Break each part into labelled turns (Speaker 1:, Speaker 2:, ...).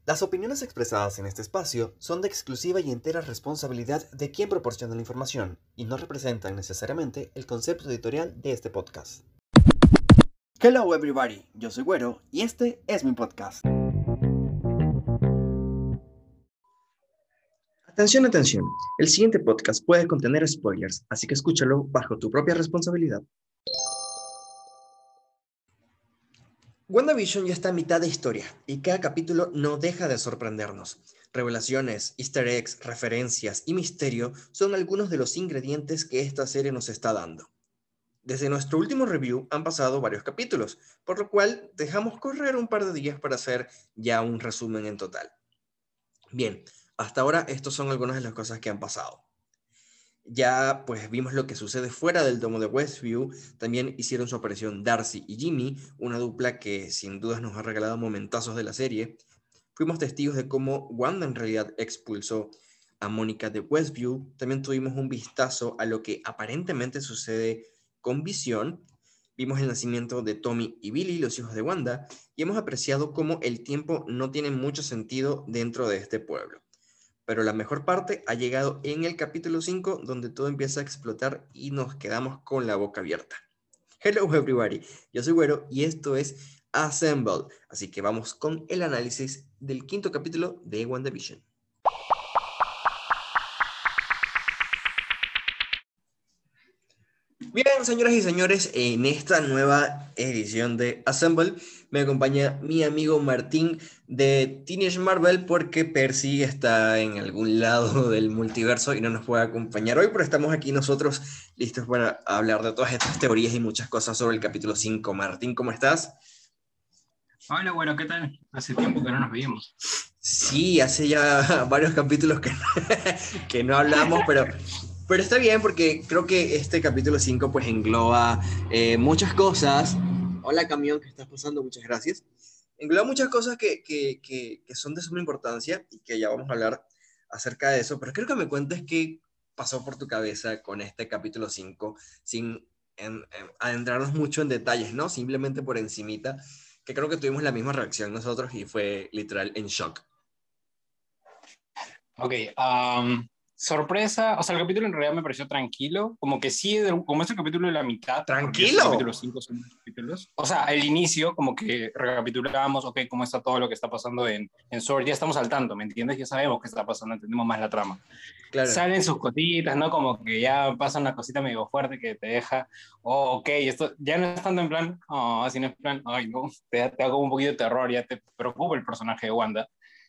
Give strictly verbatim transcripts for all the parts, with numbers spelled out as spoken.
Speaker 1: Las opiniones expresadas en este espacio son de exclusiva y entera responsabilidad de quien proporciona la información y no representan necesariamente el concepto editorial de este podcast. Hello everybody, yo soy Güero y este es mi podcast. Atención, atención, el siguiente podcast puede contener spoilers, así que escúchalo bajo tu propia responsabilidad. WandaVision ya está a mitad de historia y cada capítulo no deja de sorprendernos. Revelaciones, easter eggs, referencias y misterio son algunos de los ingredientes que esta serie nos está dando. Desde nuestro último review han pasado varios capítulos, por lo cual dejamos correr un par de días para hacer ya un resumen en total. Bien, hasta ahora estas son algunas de las cosas que han pasado. Ya pues vimos lo que sucede fuera del domo de Westview. También hicieron su aparición Darcy y Jimmy, una dupla que sin dudas nos ha regalado momentazos de la serie. Fuimos testigos de cómo Wanda en realidad expulsó a Mónica de Westview. También tuvimos un vistazo a lo que aparentemente sucede con Visión. Vimos el nacimiento de Tommy y Billy, los hijos de Wanda, y hemos apreciado cómo el tiempo no tiene mucho sentido dentro de este pueblo. Pero la mejor parte ha llegado en el capítulo cinco, donde todo empieza a explotar y nos quedamos con la boca abierta. Hello everybody, yo soy Güero y esto es Assemble, así que vamos con el análisis del quinto capítulo de WandaVision. Bien, señoras y señores, en esta nueva edición de Assemble me acompaña mi amigo Martín de Teenage Marvel, porque Percy está en algún lado del multiverso y no nos puede acompañar hoy, pero estamos aquí nosotros listos para hablar de todas estas teorías y muchas cosas sobre el capítulo cinco. Martín, ¿cómo estás?
Speaker 2: Hola, bueno, ¿qué tal? Hace tiempo que no nos veíamos.
Speaker 1: Sí, hace ya varios capítulos que, que no hablamos, pero... Pero está bien porque creo que este capítulo cinco pues engloba eh, muchas cosas. Hola camión que estás pasando, muchas gracias. Engloba muchas cosas que, que, que, que son de suma importancia y que ya vamos a hablar acerca de eso. Pero quiero que me cuentes qué pasó por tu cabeza con este capítulo cinco sin en, en, adentrarnos mucho en detalles, ¿no? Simplemente por encimita, que creo que tuvimos la misma reacción nosotros y fue literal en shock.
Speaker 2: Ok, um, sorpresa, o sea, el capítulo en realidad me pareció tranquilo, como que sí, como es el capítulo de la mitad, porque ya es el
Speaker 1: ¡Tranquilo!
Speaker 2: capítulo cinco son los capítulos, o sea, el inicio, como que recapitulamos, ok, cómo está todo lo que está pasando en, en Sword, ya estamos al tanto, ¿me entiendes? Ya sabemos qué está pasando, entendemos más la trama.
Speaker 1: Claro.
Speaker 2: Salen sus cositas, ¿no? Como que ya pasa una cosita medio fuerte que te deja, oh, ok, esto ya no es tanto en plan, oh, así no es en plan, ay, no, te, te da como un poquito de terror, ya te preocupa el personaje de Wanda.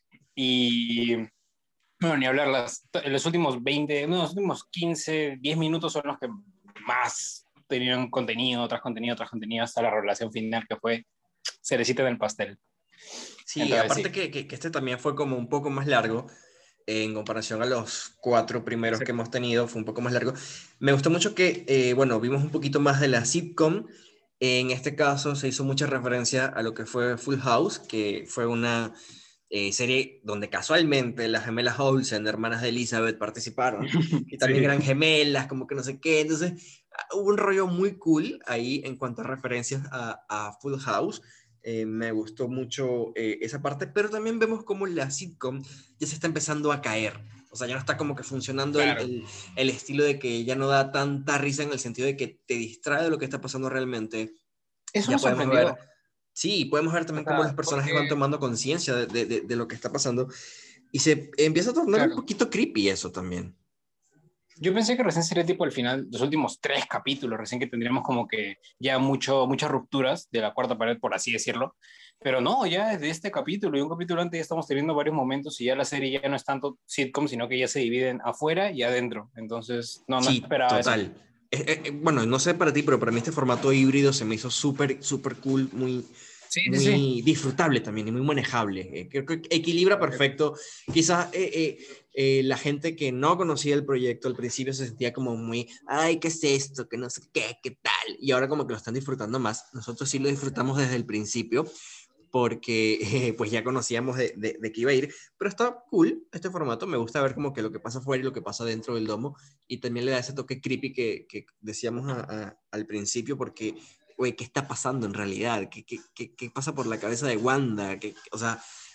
Speaker 2: Y bueno, ni hablar, las, los últimos veinte, no, los últimos quince, diez minutos son los que más tenían contenido, tras contenido, tras contenido, hasta la revelación final que fue cerecita en el pastel.
Speaker 1: Sí,
Speaker 2: Entonces,
Speaker 1: aparte
Speaker 2: sí.
Speaker 1: que, que, que este también fue como un poco más largo en comparación a los cuatro primeros
Speaker 2: Sí.
Speaker 1: que hemos tenido, fue un poco más largo. Me gustó mucho que, eh, bueno, vimos un poquito más de la sitcom. En este caso se hizo mucha referencia a lo que fue Full House, que fue una eh, serie donde casualmente las gemelas Olsen, hermanas de Elizabeth, participaron, y también
Speaker 2: Sí.
Speaker 1: eran gemelas, como que no sé qué. Entonces, hubo un rollo muy cool ahí en cuanto a referencias a, a Full House. Eh, me gustó mucho eh, esa parte, pero también vemos como la sitcom ya se está empezando a caer. O sea, ya no está como que funcionando el,
Speaker 2: Claro.
Speaker 1: el, el estilo de que ya no da tanta risa en el sentido de que te distrae de lo que está pasando realmente.
Speaker 2: Eso
Speaker 1: Ya
Speaker 2: me
Speaker 1: podemos ver,
Speaker 2: sorprendió.
Speaker 1: sí, podemos ver
Speaker 2: O
Speaker 1: también cómo
Speaker 2: sea,
Speaker 1: los personajes
Speaker 2: porque,
Speaker 1: van tomando conciencia de, de, de, de lo que está pasando y se empieza a tornar un
Speaker 2: claro,
Speaker 1: poquito creepy eso también.
Speaker 2: yo pensé que recién sería tipo el final, los últimos tres capítulos, recién que tendríamos como que ya mucho, muchas rupturas de la cuarta pared, por así decirlo. Pero no, ya desde este capítulo y un capítulo antes ya estamos teniendo varios momentos y ya la serie ya no es tanto sitcom, sino que ya se dividen afuera y adentro. Entonces, no, no
Speaker 1: Sí,
Speaker 2: esperaba eso.
Speaker 1: total. Eh, eh, eh, bueno, no sé para ti, pero para mí este formato híbrido se me hizo súper, súper cool, muy,
Speaker 2: Sí, sí, sí.
Speaker 1: muy disfrutable también y muy manejable. Eh, creo que equilibra perfecto. Quizás eh, eh, eh, la gente que no conocía el proyecto al principio se sentía como muy, ay, ¿qué es esto? Que no sé qué, qué tal. Y ahora como que lo están disfrutando más. Nosotros sí lo disfrutamos desde el principio porque eh, pues ya conocíamos de, de, de, que iba a ir, pero está cool este formato, me gusta ver como que lo que pasa afuera y lo que pasa dentro del domo, y también le da ese toque creepy que, que decíamos a, a, al principio, porque, güey, ¿qué está pasando en realidad? ¿Qué, qué, qué, qué pasa por la cabeza de Wanda? ¿Qué, o sea,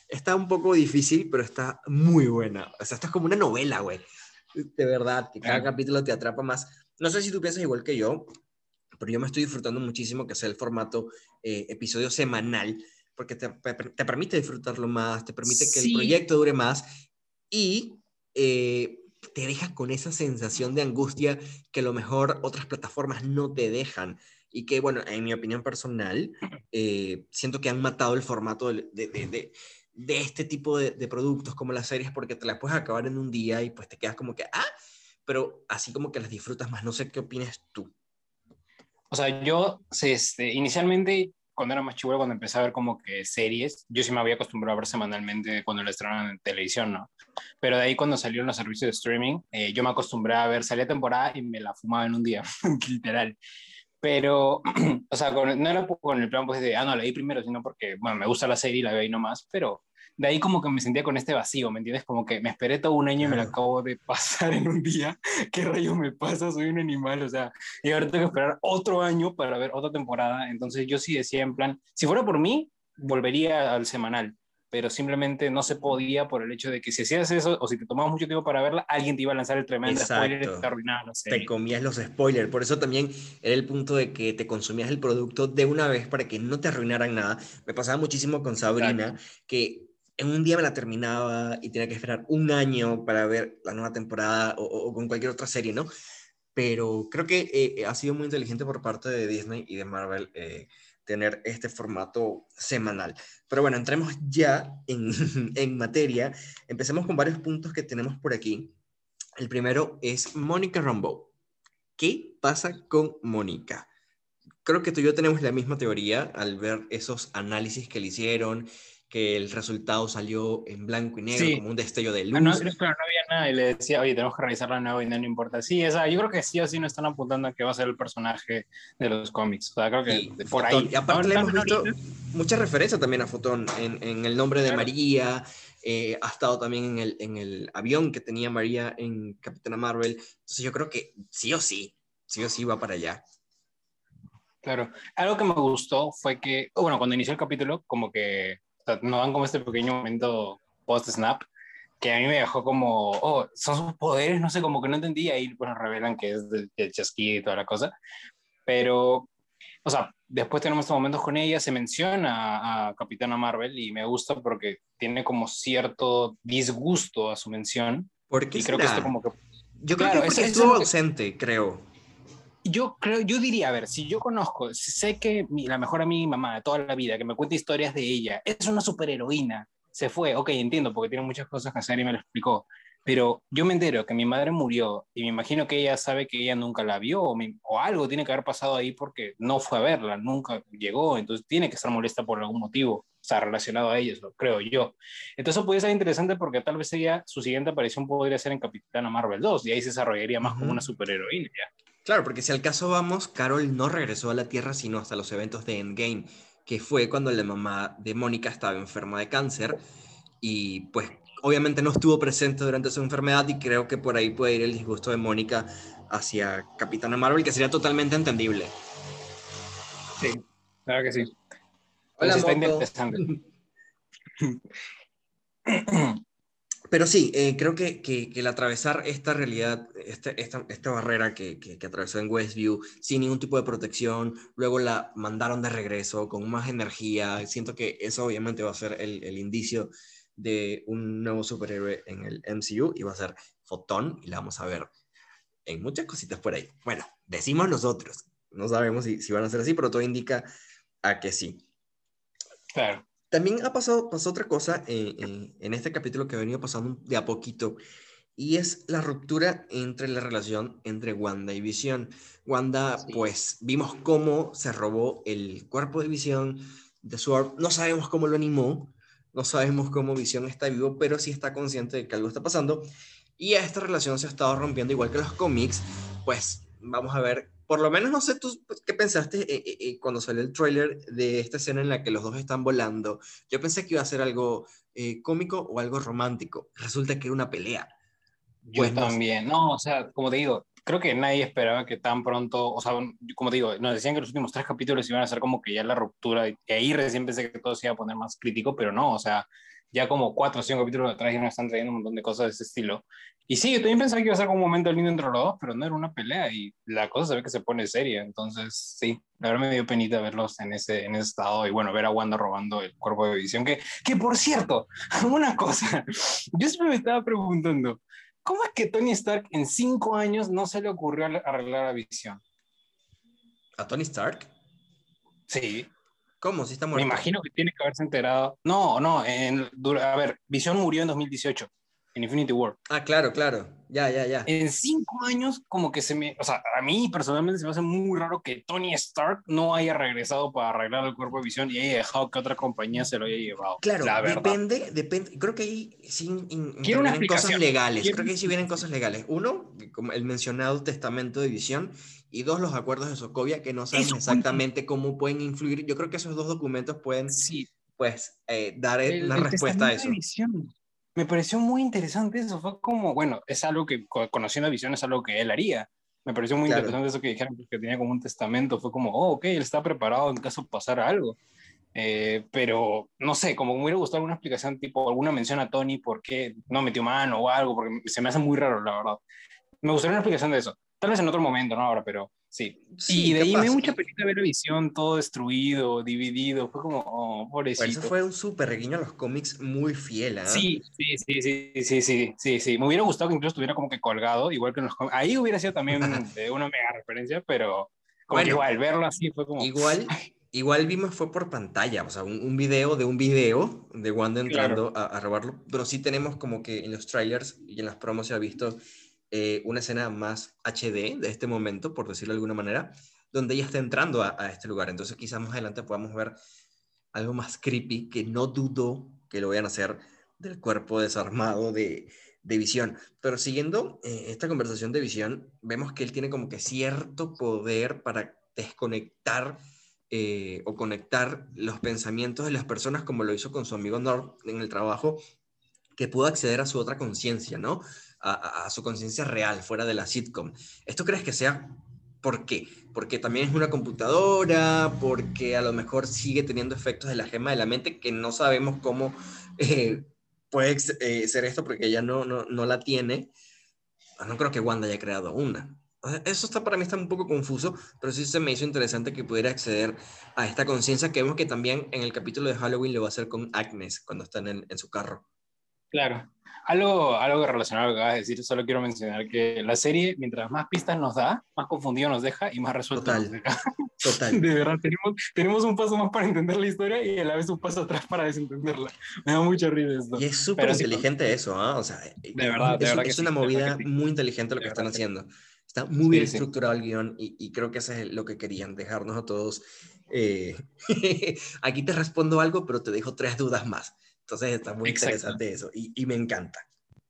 Speaker 1: Está un poco difícil, pero está muy buena. O sea, está como una novela, güey. De verdad, que cada
Speaker 2: Claro.
Speaker 1: capítulo te atrapa más. No sé si tú piensas igual que yo, pero yo me estoy disfrutando muchísimo que sea el formato eh, episodio semanal, porque te, te permite disfrutarlo más, te permite que el
Speaker 2: Sí,
Speaker 1: proyecto dure más y eh, te deja con esa sensación de angustia que a lo mejor otras plataformas no te dejan. Y que, bueno, en mi opinión personal, eh, siento que han matado el formato de, de, de, de de este tipo de, de, productos como las series, porque te las puedes acabar en un día y pues te quedas como que, ah, pero así como que las disfrutas más. No sé qué opinas tú.
Speaker 2: o sea, yo este, inicialmente, cuando era más chivo, cuando empecé a ver como que series, yo sí me había acostumbrado a ver semanalmente cuando lo estrenaban en televisión, ¿no? Pero de ahí cuando salieron los servicios de streaming, eh, yo me acostumbré a ver, salía temporada y me la fumaba en un día, literal. Pero, o sea, con, no era con el plan pues de, ah, no, la vi primero, sino porque, bueno, me gusta la serie y la veo ahí nomás, pero de ahí como que me sentía con este vacío, ¿me entiendes? Como que me esperé todo un año y me la
Speaker 1: Claro.
Speaker 2: acabo de pasar en un día. ¿Qué rayos me pasa? Soy un animal, o sea, y ahora tengo que esperar otro año para ver otra temporada. Entonces yo sí decía en plan, si fuera por mí, volvería al semanal, pero simplemente no se podía por el hecho de que si hacías eso o si te tomabas mucho tiempo para verla, alguien te iba a lanzar el tremendo spoiler y te
Speaker 1: Exacto.
Speaker 2: arruinaba la
Speaker 1: Te
Speaker 2: serie.
Speaker 1: comías los spoilers. Por eso también era el punto de que te consumías el producto de una vez para que no te arruinaran nada. Me pasaba muchísimo con
Speaker 2: Exacto.
Speaker 1: Sabrina, que en un día me la terminaba y tenía que esperar un año para ver la nueva temporada o, o con cualquier otra serie, ¿no? Pero creo que eh, ha sido muy inteligente por parte de Disney y de Marvel eh, tener este formato semanal. Pero bueno, entremos ya en, en materia. Empecemos con varios puntos que tenemos por aquí. El primero es Mónica Rambeau. ¿Qué pasa con Mónica? Creo que tú y yo tenemos la misma teoría al ver esos análisis que le hicieron, que el resultado salió en blanco y negro
Speaker 2: Sí,
Speaker 1: como un destello de
Speaker 2: ah, no,
Speaker 1: luz.
Speaker 2: claro, no había nada y le decía, oye, tenemos que revisarla de nuevo y no, no importa. Sí, esa, yo creo que sí o sí no están apuntando a que va a ser el personaje de los cómics. O sea, creo que
Speaker 1: Sí,
Speaker 2: de- por
Speaker 1: Fotón.
Speaker 2: ahí.
Speaker 1: Y aparte
Speaker 2: Ahora
Speaker 1: le hemos
Speaker 2: también
Speaker 1: visto
Speaker 2: ahorita,
Speaker 1: mucha referencia también a Fotón en, en el nombre de
Speaker 2: claro,
Speaker 1: María. Eh, ha estado también en el, en el avión que tenía María en Capitana Marvel. Entonces yo creo que sí o sí, sí o sí va para allá.
Speaker 2: claro. Algo que me gustó fue que, bueno, cuando inició el capítulo, como que o sea, nos dan como este pequeño momento post-snap, que a mí me dejó como, oh, son sus poderes, no sé, como que no entendía, y pues nos revelan que es del, del chasquido y toda la cosa. Pero o sea, después tenemos estos momentos con ella, se menciona a Capitana Marvel y me gusta porque tiene como cierto disgusto a su mención
Speaker 1: ¿Por qué
Speaker 2: y creo que esto
Speaker 1: será?
Speaker 2: como que,
Speaker 1: Yo creo que
Speaker 2: claro,
Speaker 1: es
Speaker 2: eso,
Speaker 1: porque
Speaker 2: eso es
Speaker 1: estuvo
Speaker 2: lo que
Speaker 1: ausente, creo.
Speaker 2: yo creo, yo diría, a ver, si yo conozco, si sé que mi, la mejor amiga y mi mamá de toda la vida, que me cuenta historias de ella, es una superheroína, se fue, ok, entiendo, porque tiene muchas cosas que hacer y me lo explicó, pero yo me entero que mi madre murió y me imagino que ella sabe que ella nunca la vio o, me- o algo tiene que haber pasado ahí porque no fue a verla, nunca llegó, entonces tiene que estar molesta por algún motivo, o sea, relacionado a ellos, lo creo yo. Entonces puede ser interesante porque tal vez ella, su siguiente aparición podría ser en Capitana Marvel dos y ahí se desarrollaría más como
Speaker 1: Ujú.
Speaker 2: una superheroína.
Speaker 1: Claro, porque si al caso vamos, Carol no regresó a la Tierra sino hasta los eventos de Endgame, que fue cuando la mamá de Mónica estaba enferma de cáncer y pues obviamente no estuvo presente durante su enfermedad y creo que por ahí puede ir el disgusto de Mónica hacia Capitana Marvel, que sería totalmente entendible.
Speaker 2: Sí, claro que sí.
Speaker 1: Hola,
Speaker 2: Entonces está
Speaker 1: Moco.
Speaker 2: interesante.
Speaker 1: Pero sí, eh, creo que, que, que el atravesar esta realidad, este, esta, esta barrera que, que, que atravesó en Westview sin ningún tipo de protección, luego la mandaron de regreso con más energía, siento que eso obviamente va a ser el, el indicio de un nuevo superhéroe en el M C U y va a ser Fotón y la vamos a ver en muchas cositas por ahí. Bueno, decimos nosotros, no sabemos si, si van a ser así, pero todo indica a que sí.
Speaker 2: Claro.
Speaker 1: También ha pasado, pasó otra cosa eh, eh, en este capítulo que ha venido pasando de a poquito y es la ruptura entre la relación entre Wanda y Visión. Wanda,
Speaker 2: Sí.
Speaker 1: pues vimos cómo se robó el cuerpo de Visión de Sword. No sabemos cómo lo animó, no sabemos cómo Visión está vivo, pero sí está consciente de que algo está pasando. Y esta relación se ha estado rompiendo igual que los cómics. Pues vamos a ver, por lo menos no sé tú qué pensaste eh, eh, eh, cuando salió el tráiler de esta escena en la que los dos están volando. Yo pensé que iba a ser algo eh, cómico o algo romántico. Resulta que era una pelea. Pues
Speaker 2: Yo
Speaker 1: nos,
Speaker 2: también. No, o sea, como te digo, creo que nadie esperaba que tan pronto, o sea, como te digo, nos decían que los últimos tres capítulos iban a ser como que ya la ruptura, y ahí recién pensé que todo se iba a poner más crítico, pero no, o sea, ya como cuatro o cinco capítulos atrás ya nos están trayendo un montón de cosas de ese estilo. Y sí, yo también pensaba que iba a ser como un momento lindo entre los dos, pero no era una pelea y la cosa se ve que se pone seria. Entonces, sí, la verdad me dio penita verlos en ese, en ese estado y bueno, ver a Wanda robando el cuerpo de Visión. Que, que por cierto, una cosa, yo siempre me estaba preguntando, ¿cómo es que Tony Stark en cinco años no se le ocurrió arreglar a Visión?
Speaker 1: ¿A Tony Stark?
Speaker 2: Sí.
Speaker 1: ¿Cómo? ¿Si está
Speaker 2: Me
Speaker 1: muerto?
Speaker 2: imagino que tiene que haberse enterado. No, no, en, a ver, Visión murió en dos mil dieciocho, en Infinity War.
Speaker 1: Ah, claro, claro. Ya, ya, ya.
Speaker 2: En cinco años, como que se me. O sea, a mí personalmente se me hace muy raro que Tony Stark no haya regresado para arreglar el cuerpo de Visión y haya dejado que otra compañía se lo haya llevado.
Speaker 1: Claro,
Speaker 2: La verdad.
Speaker 1: depende, depende. Creo que ahí sí in-
Speaker 2: Quiero una
Speaker 1: intervienen cosas
Speaker 2: explicación.
Speaker 1: legales.
Speaker 2: Quiero
Speaker 1: Creo
Speaker 2: una
Speaker 1: que ahí sí vienen
Speaker 2: explicación.
Speaker 1: cosas legales. Uno, como el mencionado testamento de Visión. Y dos, los acuerdos de Sokovia, que no sabemos
Speaker 2: Eso, cuéntame.
Speaker 1: exactamente cómo pueden influir. Yo creo que esos dos documentos pueden,
Speaker 2: Sí,
Speaker 1: pues, eh, dar eh,
Speaker 2: el,
Speaker 1: una
Speaker 2: el
Speaker 1: respuesta a
Speaker 2: testamento de
Speaker 1: eso.
Speaker 2: Visión. Me pareció muy interesante eso. Fue como, bueno, es algo que, co- conociendo a Visión, es algo que él haría. Me pareció muy
Speaker 1: Claro.
Speaker 2: interesante eso que dijeron, que tenía como un testamento. Fue como, oh, ok, él está preparado en caso pasara algo. Eh, pero no sé, como me hubiera gustado alguna explicación, tipo alguna mención a Tony, por qué no metió mano o algo, porque se me hace muy raro, la verdad. Me gustaría una explicación de eso. Tal vez en otro momento, no ahora, pero sí. Y
Speaker 1: Sí,
Speaker 2: de ahí me dio
Speaker 1: capaz.
Speaker 2: mucha
Speaker 1: Y,
Speaker 2: penita ver la visión, todo destruido, dividido. Fue como, oh,
Speaker 1: por eso
Speaker 2: pobrecito.
Speaker 1: fue un súper guiño a los cómics muy fiel, ¿ah?
Speaker 2: Sí, sí, sí, sí, sí, sí, sí, sí. Me hubiera gustado que incluso estuviera como que colgado, igual que en los cómics. Ahí hubiera sido también eh, una mega referencia, pero como que
Speaker 1: Bueno,
Speaker 2: igual, verlo así fue como,
Speaker 1: igual, igual vimos fue por pantalla, o sea, un, un video de un video de Wanda
Speaker 2: claro,
Speaker 1: entrando a, a robarlo, pero sí tenemos como que en los trailers y en las promos se ha visto eh, una escena más H D de este momento, por decirlo de alguna manera, donde ella está entrando a, a este lugar. Entonces quizás más adelante podamos ver algo más creepy, que no dudo que lo vayan a hacer del cuerpo desarmado de, de Visión. Pero siguiendo eh, esta conversación de Visión, vemos que él tiene como que cierto poder para desconectar eh, o conectar los pensamientos de las personas, como lo hizo con su amigo Norm en el trabajo, que pudo acceder a su otra conciencia, ¿no? A, a, a su conciencia real, fuera de la sitcom. ¿Esto crees que sea por qué? Porque también es una computadora, porque a lo mejor sigue teniendo efectos de la gema de la mente que no sabemos cómo eh, puede eh, ser esto porque ella no, no, no la tiene. No creo que Wanda haya creado una. Eso está para mí está un poco confuso, pero sí se me hizo interesante que pudiera acceder a esta conciencia que vemos que también en el capítulo de Halloween lo va a hacer con Agnes cuando están en, en su carro.
Speaker 2: claro. Algo, algo relacionado a lo que acabas de decir, solo quiero mencionar que la serie, mientras más pistas nos da, más confundido nos deja y más resuelto nos
Speaker 1: Total,
Speaker 2: deja.
Speaker 1: total.
Speaker 2: De verdad, tenemos, tenemos un paso más para entender la historia y a la vez un paso atrás para desentenderla. Me da mucha risa
Speaker 1: Y
Speaker 2: esto.
Speaker 1: es súper
Speaker 2: Pero sí,
Speaker 1: inteligente eso, ¿ah? O sea, e-
Speaker 2: de
Speaker 1: e-
Speaker 2: verdad, de
Speaker 1: es,
Speaker 2: verdad que
Speaker 1: es
Speaker 2: sí,
Speaker 1: una
Speaker 2: de verdad que
Speaker 1: movida
Speaker 2: sí,
Speaker 1: muy inteligente lo que
Speaker 2: de
Speaker 1: están
Speaker 2: verdad que sí.
Speaker 1: haciendo. Está muy bien
Speaker 2: Sí, sí.
Speaker 1: estructurado el guión y, y creo que eso es lo que querían, dejarnos a todos. eh, Aquí te respondo algo, pero te dejo tres dudas más. Entonces está muy
Speaker 2: Exacto.
Speaker 1: interesante eso y, y me encanta.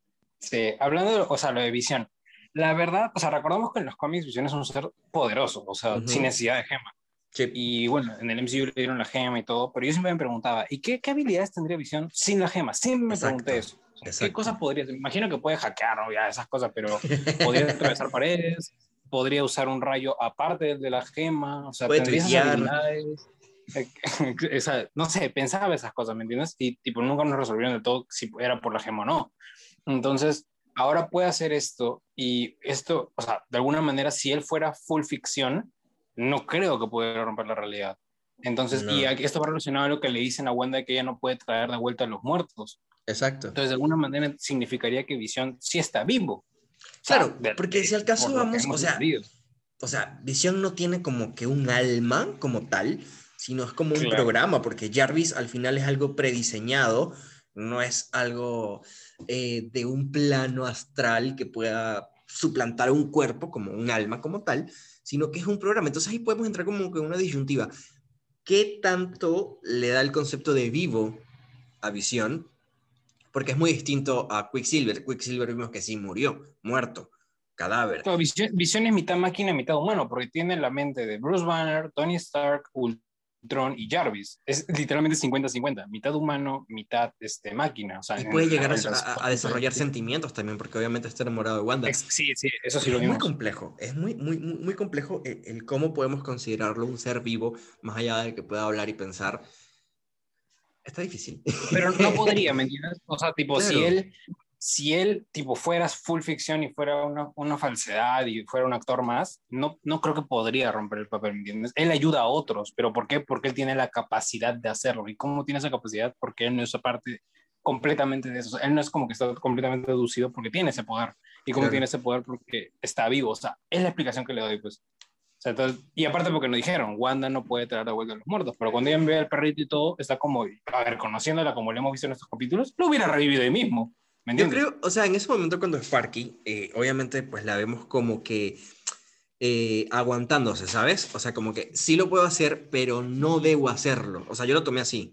Speaker 2: Sí, hablando, de, o sea, lo de Visión. La verdad, o sea, recordamos que en los cómics Visión es un ser poderoso, o sea, sin
Speaker 1: Ujú.
Speaker 2: necesidad de gema.
Speaker 1: Sí,
Speaker 2: Y bueno, en el M C U le dieron la gema y todo, pero yo siempre me preguntaba, ¿y qué, qué habilidades tendría Visión sin la gema? Siempre me pregunté
Speaker 1: exacto,
Speaker 2: eso. O sea, ¿qué
Speaker 1: exacto.
Speaker 2: cosas podría hacer? Me imagino que puede hackear, ¿no? Ya esas cosas, pero podría atravesar paredes, podría usar un rayo aparte del de la gema, o sea,
Speaker 1: Puede
Speaker 2: tendría esas
Speaker 1: tuitear.
Speaker 2: habilidades. Eh, esa, no sé, pensaba esas cosas, ¿me entiendes? Y tipo, nunca nos resolvieron del todo si era por la gema o no. Entonces, ahora puede hacer esto y esto, o sea, de alguna manera, si él fuera full ficción, no creo que pudiera romper la realidad. Entonces, y
Speaker 1: No,
Speaker 2: aquí esto va relacionado a lo que le dicen a Wanda de que ella no puede traer de vuelta a los muertos.
Speaker 1: exacto.
Speaker 2: Entonces, de alguna manera significaría que Visión sí está vivo. O sea,
Speaker 1: Claro,
Speaker 2: de,
Speaker 1: porque si
Speaker 2: de,
Speaker 1: al caso
Speaker 2: por lo que
Speaker 1: vamos, o
Speaker 2: hemos
Speaker 1: sea,
Speaker 2: entendido.
Speaker 1: o sea, Visión no tiene como que un alma como tal, sino es como un
Speaker 2: Claro.
Speaker 1: programa, porque Jarvis al final es algo prediseñado, no es algo eh, de un plano astral que pueda suplantar un cuerpo como un alma como tal, sino que es un programa. Entonces ahí podemos entrar como que en una disyuntiva. ¿Qué tanto le da el concepto de vivo a Visión? Porque es muy distinto a Quicksilver. Quicksilver vimos que sí murió, muerto, cadáver.
Speaker 2: Claro, Visión, Visión es mitad máquina, mitad humano, porque tiene la mente de Bruce Banner, Tony Stark, Ultron y Jarvis. Es literalmente cincuenta cincuenta, mitad humano, mitad este, máquina. O sea,
Speaker 1: Y
Speaker 2: en
Speaker 1: puede llegar
Speaker 2: la,
Speaker 1: a,
Speaker 2: el
Speaker 1: a- a
Speaker 2: trasfondo de
Speaker 1: desarrollar
Speaker 2: esto.
Speaker 1: sentimientos también, porque obviamente está enamorado de Wanda.
Speaker 2: Ex- Sí, sí, eso sí
Speaker 1: Pero
Speaker 2: lo
Speaker 1: es muy
Speaker 2: vimos.
Speaker 1: complejo, es muy, muy, muy muy complejo el, el cómo podemos considerarlo un ser vivo, más allá de que pueda hablar y pensar. Está difícil.
Speaker 2: Pero no podría, ¿me entiendes? O sea, tipo,
Speaker 1: Claro.
Speaker 2: si él, si él, tipo, fuera full ficción y fuera una, una falsedad y fuera un actor más, no, no creo que podría romper el papel, ¿me entiendes? Él ayuda a otros, pero ¿por qué? Porque él tiene la capacidad de hacerlo. ¿Y cómo tiene esa capacidad? Porque él no es parte completamente de eso. O sea, él no es como que está completamente deducido porque tiene ese poder. ¿Y cómo tiene
Speaker 1: Claro.
Speaker 2: ese poder? Porque está vivo. O sea, es la explicación que le doy, pues. O sea, entonces, y aparte porque nos dijeron, Wanda no puede traer de vuelta a los muertos, pero cuando ella ve al perrito y todo, está como, a ver, conociéndola como lo hemos visto en estos capítulos, lo hubiera revivido ahí mismo, ¿me
Speaker 1: Yo
Speaker 2: entiendes?
Speaker 1: creo, o sea, en ese momento cuando Sparky, eh, obviamente, pues la vemos como que eh, aguantándose, ¿sabes? O sea, como que sí lo puedo hacer, pero no debo hacerlo. O sea, yo lo tomé así.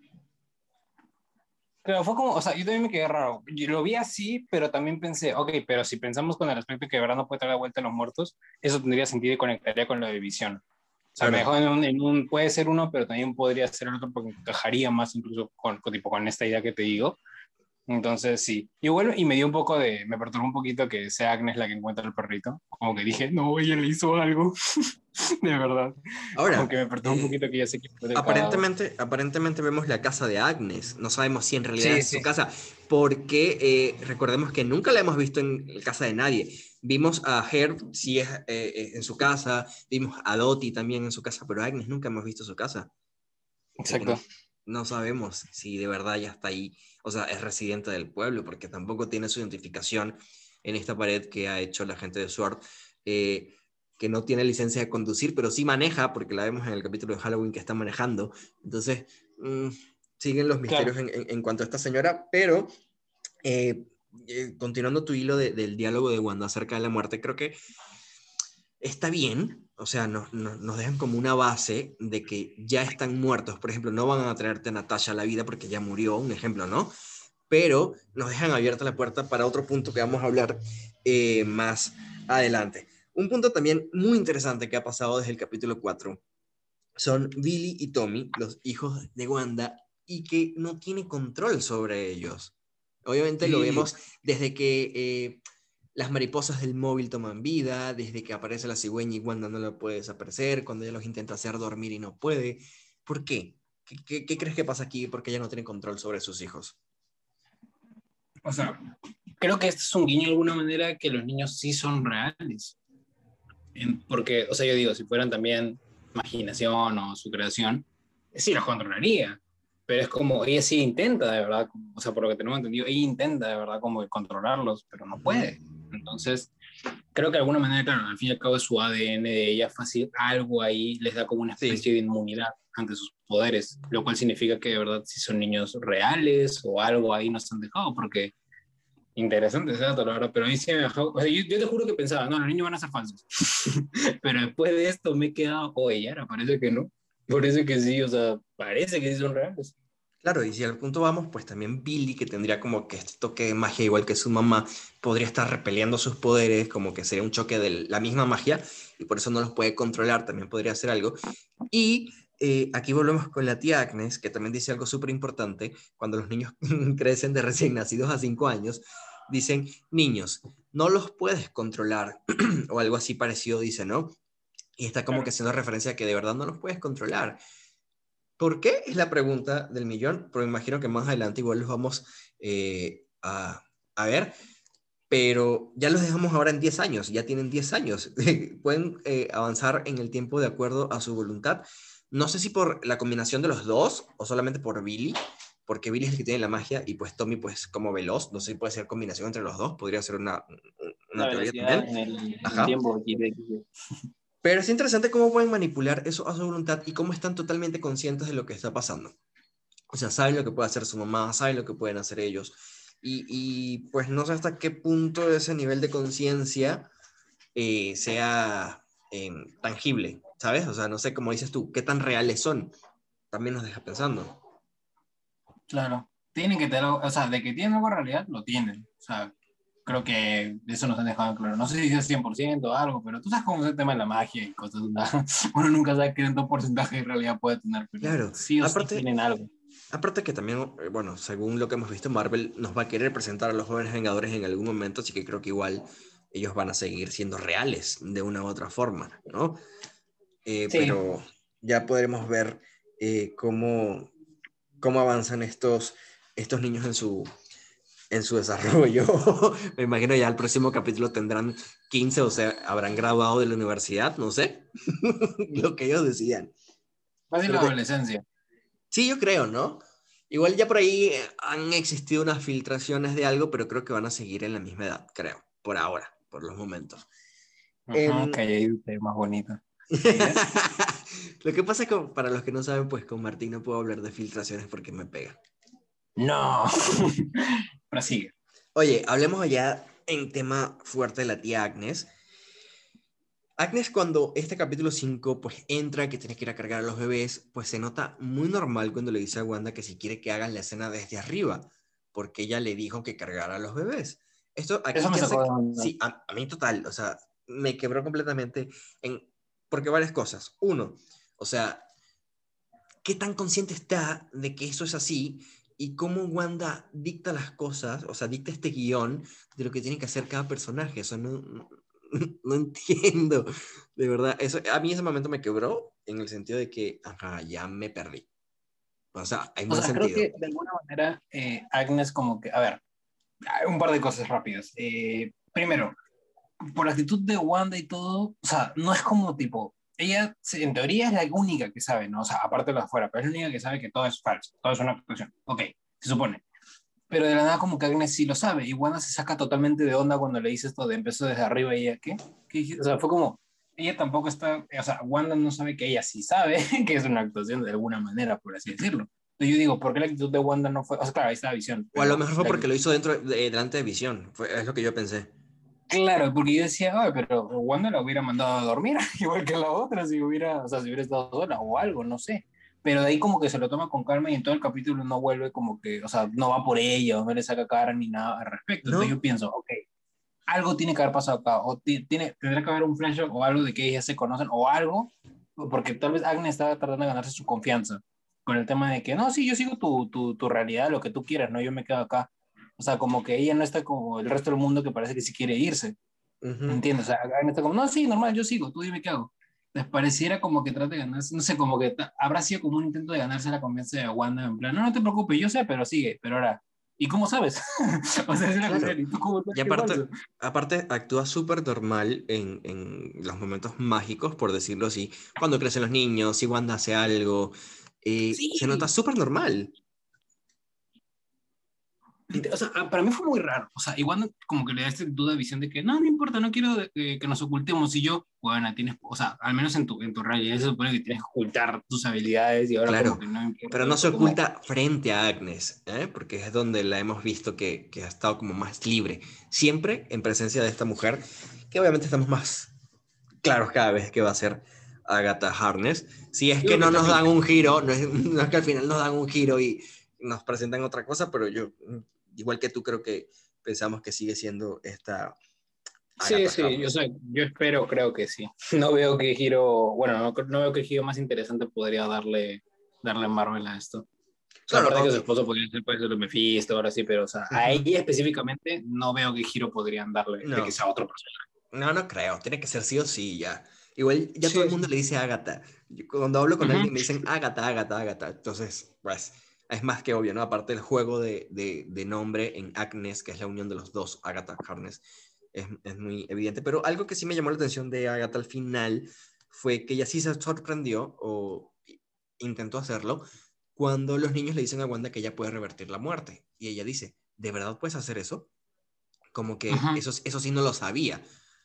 Speaker 2: Pero fue como, o sea, yo también me quedé raro. Yo lo vi así, pero también pensé, ok, pero si pensamos con el aspecto de que de verdad no puede traer de vuelta a los muertos, eso tendría sentido y conectaría con lo de Visión. O sea, me
Speaker 1: Claro.
Speaker 2: dejó en un, en un- puede ser uno, pero también podría ser el otro porque encajaría más incluso con, con, tipo, con esta idea que te digo. Entonces, sí. Igual, y me dio un poco de, me perturbó un poquito que sea Agnes la que encuentra el perrito. Como que dije, no, ella le hizo algo. De verdad. Como
Speaker 1: Ahora,
Speaker 2: que me perturbó un
Speaker 1: eh,
Speaker 2: poquito que ella se quitó del cadáver.
Speaker 1: aparentemente, aparentemente vemos la casa de Agnes. No sabemos si en realidad
Speaker 2: Sí,
Speaker 1: es su
Speaker 2: sí.
Speaker 1: casa, porque eh, recordemos que nunca la hemos visto en casa de nadie. Vimos a Herb, sí es eh, eh, en su casa, vimos a Dottie también en su casa, pero a Agnes nunca hemos visto su casa. Así que no,
Speaker 2: Exacto.
Speaker 1: no sabemos si de verdad ya está ahí, o sea, es residente del pueblo, porque tampoco tiene su identificación en esta pared que ha hecho la gente de SWORD, eh, que no tiene licencia de conducir, pero sí maneja, porque la vemos en el capítulo de Halloween que está manejando. Entonces, mmm, siguen los
Speaker 2: Claro.
Speaker 1: misterios en, en, en, cuanto a esta señora, pero eh, eh, continuando tu hilo de, del diálogo de Wanda acerca de la muerte, creo que está bien, o sea, nos, nos, nos dejan como una base de que ya están muertos. Por ejemplo, no van a traerte a Natasha a la vida porque ya murió, un ejemplo, ¿no? Pero nos dejan abierta la puerta para otro punto que vamos a hablar eh, más adelante. Un punto también muy interesante que ha pasado desde el capítulo cuatro son Billy y Tommy, los hijos de Wanda, y que no tiene control sobre ellos. Obviamente lo
Speaker 2: Sí,
Speaker 1: vemos desde que eh, las mariposas del móvil toman vida, desde que aparece la cigüeña y Wanda no la puede desaparecer, cuando ella los intenta hacer dormir y no puede. ¿Por qué? ¿Qué, qué, qué crees que pasa aquí? Porque ella no tiene control sobre sus hijos.
Speaker 2: o sea, creo que este es un guiño de alguna manera que los niños sí son reales. En- porque, o sea, yo digo, si fueran también imaginación o su creación, sí los controlaría. Pero es como, ella sí intenta de verdad, como- o sea, por lo que tenemos entendido, ella intenta de verdad como controlarlos, pero no
Speaker 1: Ujú.
Speaker 2: puede. Entonces, creo que de alguna manera, claro, al fin y al cabo es su A D N de ella fácil, algo ahí les da como una
Speaker 1: Sí,
Speaker 2: especie de inmunidad ante sus poderes, lo cual significa que de verdad si son niños reales o algo ahí nos han dejado, porque interesante ese dato, la verdad, pero a mí sí me dejó, o sea, yo, yo te juro que pensaba, no, los niños van a ser falsos, pero después de esto me he quedado, oye, ya, ahora parece que no, parece que sí, o sea, parece que sí son reales.
Speaker 1: claro, y si al punto vamos, pues también Billy, que tendría como que este toque de magia igual que su mamá, podría estar repeliendo sus poderes, como que sería un choque de la misma magia, y por eso no los puede controlar, también podría hacer algo. Y eh, aquí volvemos con la tía Agnes, que también dice algo súper importante, cuando los niños crecen de recién nacidos a cinco años, dicen, niños, no los puedes controlar, o algo así parecido dice, ¿no? Y está como que
Speaker 2: Claro.
Speaker 1: haciendo referencia a que de verdad no los puedes controlar. ¿Por qué? Es la pregunta del millón, pero imagino que más adelante igual los vamos eh, a, a ver, pero ya los dejamos ahora en diez años, ya tienen diez años, pueden eh, avanzar en el tiempo de acuerdo a su voluntad. No sé si por la combinación de los dos o solamente por Billy, porque Billy es el que tiene la magia y pues Tommy pues como veloz, no sé si puede ser combinación entre los dos, podría ser una, una
Speaker 2: La
Speaker 1: teoría
Speaker 2: velocidad
Speaker 1: también.
Speaker 2: en el, en el
Speaker 1: Ajá.
Speaker 2: tiempo. X de X de.
Speaker 1: Pero es interesante cómo pueden manipular eso a su voluntad y cómo están totalmente conscientes de lo que está pasando. O sea, saben lo que puede hacer su mamá, saben lo que pueden hacer ellos. Y, y pues no sé hasta qué punto ese nivel de conciencia eh, sea eh, tangible, ¿sabes? O sea, no sé, como dices tú, qué tan reales son. También nos deja pensando.
Speaker 2: Claro, tienen que tener, o sea, de que tienen algo en realidad, lo tienen. O sea, creo que eso nos han dejado claro. No sé si es cien por ciento o algo, pero tú sabes cómo es el tema de la magia y cosas. ¿No? Uno nunca sabe qué tanto porcentaje de realidad puede tener, pero
Speaker 1: Claro,
Speaker 2: sí o sí
Speaker 1: aparte,
Speaker 2: tienen algo.
Speaker 1: aparte que también, eh, bueno, según lo que hemos visto, Marvel nos va a querer presentar a los jóvenes Vengadores en algún momento, así que creo que igual ellos van a seguir siendo reales de una u otra forma, ¿no? Eh,
Speaker 2: Sí,
Speaker 1: pero ya podremos ver eh, cómo, cómo avanzan estos, estos niños en su, en su desarrollo. Me imagino ya el próximo capítulo tendrán quince, o sea, habrán graduado de la universidad, no sé, lo que ellos decían.
Speaker 2: Fácil la
Speaker 1: Pero te-
Speaker 2: adolescencia.
Speaker 1: sí, yo creo, ¿no? Igual ya por ahí eh, han existido unas filtraciones de algo, pero creo que van a seguir en la misma edad, creo, por ahora, por los momentos.
Speaker 2: Ajá,
Speaker 1: Em,
Speaker 2: calladito, más bonito. ¿Sigues?
Speaker 1: Lo que pasa es que para los que no saben, pues con Martín no puedo hablar de filtraciones porque me pega.
Speaker 2: No. Prosigue.
Speaker 1: Oye, hablemos allá en tema fuerte de la tía Agnes. Agnes, cuando este capítulo cinco pues entra, que tiene que ir a cargar a los bebés, pues se nota muy normal cuando le dice a Wanda que si quiere que hagan la escena desde arriba, porque ella le dijo que cargara a los bebés. Esto
Speaker 2: Eso
Speaker 1: aquí
Speaker 2: me
Speaker 1: ya
Speaker 2: sacó
Speaker 1: sé,
Speaker 2: de onda.
Speaker 1: sí, a, a mí total, o sea, me quebró completamente en, porque varias cosas. Uno, o sea, qué tan consciente está de que eso es así y cómo Wanda dicta las cosas, o sea, dicta este guión de lo que tiene que hacer cada personaje. Eso no, no, no entiendo, de verdad. Eso, a mí ese momento me quebró en el sentido de que, ajá, ya me perdí. O sea, hay
Speaker 2: O
Speaker 1: mal
Speaker 2: sea, creo
Speaker 1: sentido.
Speaker 2: que de alguna manera eh, Agnes como que, a ver, hay un par de cosas rápidas. Eh, primero, por la actitud de Wanda y todo, o sea, no es como tipo, ella se- en teoría es la única que sabe, ¿no? O sea, aparte de lo de afuera, pero es la única que sabe que todo es falso, todo es una actuación. Ok, se supone. Pero de la nada como que Agnes sí lo sabe y Wanda se saca totalmente de onda cuando le dice esto de empezó desde arriba y ella, ¿qué? ¿Qué dije? O sea, fue como, ella tampoco está, o sea, Wanda no sabe que ella sí sabe que es una actuación de alguna manera, por así decirlo. Entonces yo digo, ¿por qué la actitud de Wanda no fue? O sea, claro, ahí está la visión,
Speaker 1: O a lo
Speaker 2: pero
Speaker 1: mejor fue
Speaker 2: la
Speaker 1: porque
Speaker 2: actitud.
Speaker 1: lo hizo dentro de, delante de Visión. Fue, es lo que yo pensé.
Speaker 2: Claro, porque yo decía, ay, pero Wanda la hubiera mandado a dormir, igual que la otra, si hubiera, o sea, si hubiera estado sola o algo, no sé. Pero de ahí como que se lo toma con calma y en todo el capítulo no vuelve como que, o sea, no va por ella o no le saca cara ni nada al respecto. Entonces yo
Speaker 1: ¿No?
Speaker 2: pienso, ok, algo tiene que haber pasado acá, o ti- tiene, tendrá que haber un flash o algo de que ellas se conocen, o algo, porque tal vez Agnes estaba tratando de ganarse su confianza con el tema de que, no, sí, yo sigo tu, tu, tu realidad, lo que tú quieras, no, yo me quedo acá. O sea, como que ella no está como el resto del mundo que parece que sí quiere irse.
Speaker 1: Ujú.
Speaker 2: ¿Entiendes? O sea, Agnes está como, no, sí, normal, yo sigo, tú dime qué hago. Les pareciera como que trate de ganarse, no sé, como que ta- habrá sido como un intento de ganarse la confianza de Wanda, en plan, no, no te preocupes, yo sé, pero sigue, pero ahora, ¿y cómo sabes? O sea, es la
Speaker 1: Claro.
Speaker 2: cuestión, ¿y tú cómo sabes
Speaker 1: Y
Speaker 2: que es
Speaker 1: aparte,
Speaker 2: falso?
Speaker 1: aparte actúa súper normal en, en los momentos mágicos, por decirlo así. Cuando crecen los niños, si Wanda hace algo, eh, se nota
Speaker 2: Sí,
Speaker 1: súper normal.
Speaker 2: o sea, para mí fue muy raro. O sea, igual como que le da esta duda de visión de que no, no importa, no quiero eh, que nos ocultemos. Y yo, bueno, tienes, o sea, al menos en tu, en tu realidad se supone que tienes que ocultar tus habilidades y ahora como
Speaker 1: Claro,
Speaker 2: que no
Speaker 1: pero
Speaker 2: importa.
Speaker 1: no
Speaker 2: Y
Speaker 1: se
Speaker 2: fue como,
Speaker 1: oculta frente a Agnes, ¿eh? Porque es donde la hemos visto que, que ha estado como más libre. Siempre en presencia de esta mujer, que obviamente estamos más claros cada vez que va a ser Agatha Harkness. Si es
Speaker 2: yo
Speaker 1: que
Speaker 2: creo que
Speaker 1: no
Speaker 2: está
Speaker 1: nos dan
Speaker 2: filtrado.
Speaker 1: un giro, no es, no es que al final nos dan un giro y nos presentan otra cosa, pero yo, igual que tú, creo que pensamos que sigue siendo esta
Speaker 2: Sí,
Speaker 1: Agatha
Speaker 2: sí, yo,
Speaker 1: Harkness.
Speaker 2: sé, yo espero, creo que sí. No veo qué giro, bueno, no, no veo qué giro más interesante podría darle, darle Marvel a esto. O sea,
Speaker 1: Claro,
Speaker 2: aparte que su
Speaker 1: aunque...
Speaker 2: esposo podría ser, puede ser el Mephisto, ahora sí, pero, o sea, a
Speaker 1: Ujú.
Speaker 2: ella específicamente no veo qué giro podrían darle de que
Speaker 1: No,
Speaker 2: sea otro personaje.
Speaker 1: no, no creo. Tiene que ser sí o sí ya. Igual ya todo el
Speaker 2: Sí,
Speaker 1: mundo
Speaker 2: sí.
Speaker 1: le dice Agatha. Yo cuando hablo con
Speaker 2: Ujú.
Speaker 1: alguien me dicen Agatha, Agatha, Agatha. Entonces, pues, es más que obvio, ¿no? Aparte del juego de, de, de nombre en Agnes, que es la unión de los dos, Agatha Harkness, es, es muy evidente. Pero algo que sí me llamó la atención de Agatha al final fue que ella sí se sorprendió o intentó hacerlo cuando los niños le dicen a Wanda que ella puede revertir la muerte. Y ella dice, ¿de verdad puedes hacer eso? Como que
Speaker 2: Ujú.
Speaker 1: eso, eso sí no lo sabía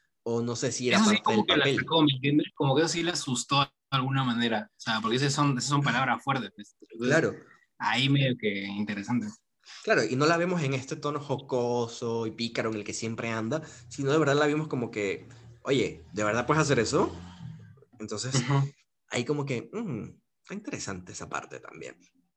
Speaker 1: o no sé si era
Speaker 2: Eso sí,
Speaker 1: parte del
Speaker 2: como que la
Speaker 1: papel.
Speaker 2: sacó, ¿me entiendes? Como que eso sí le asustó de alguna manera. O sea, porque esas son, esas son palabras fuertes, pues. Entonces,
Speaker 1: Claro,
Speaker 2: ahí medio que interesante.
Speaker 1: claro, y no la vemos en este tono jocoso y pícaro en el que siempre anda, sino de verdad la vimos como que, oye, ¿de verdad puedes hacer eso? Entonces,
Speaker 2: Ujú.
Speaker 1: ahí como que, mm, está interesante esa parte también.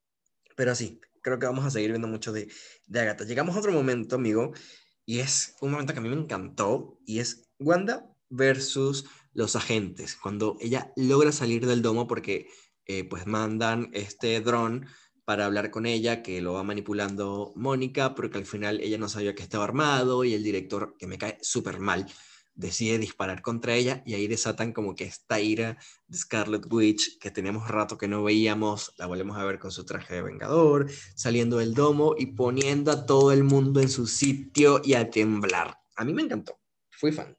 Speaker 1: Pero sí, creo que vamos a seguir viendo mucho de, de Agatha. Llegamos a otro momento, amigo, y es un momento que a mí me encantó, y es Wanda versus los agentes, cuando ella logra salir del domo porque eh, pues mandan este dron para hablar con ella, que lo va manipulando Mónica, porque al final ella no sabía que estaba armado, y el director, que me cae súper mal, decide disparar contra ella y ahí desatan como que esta ira de Scarlet Witch que teníamos rato que no veíamos, la volvemos a ver con su traje de Vengador, saliendo del domo y poniendo a todo el mundo en su sitio y a temblar. A mí me encantó, fui fan.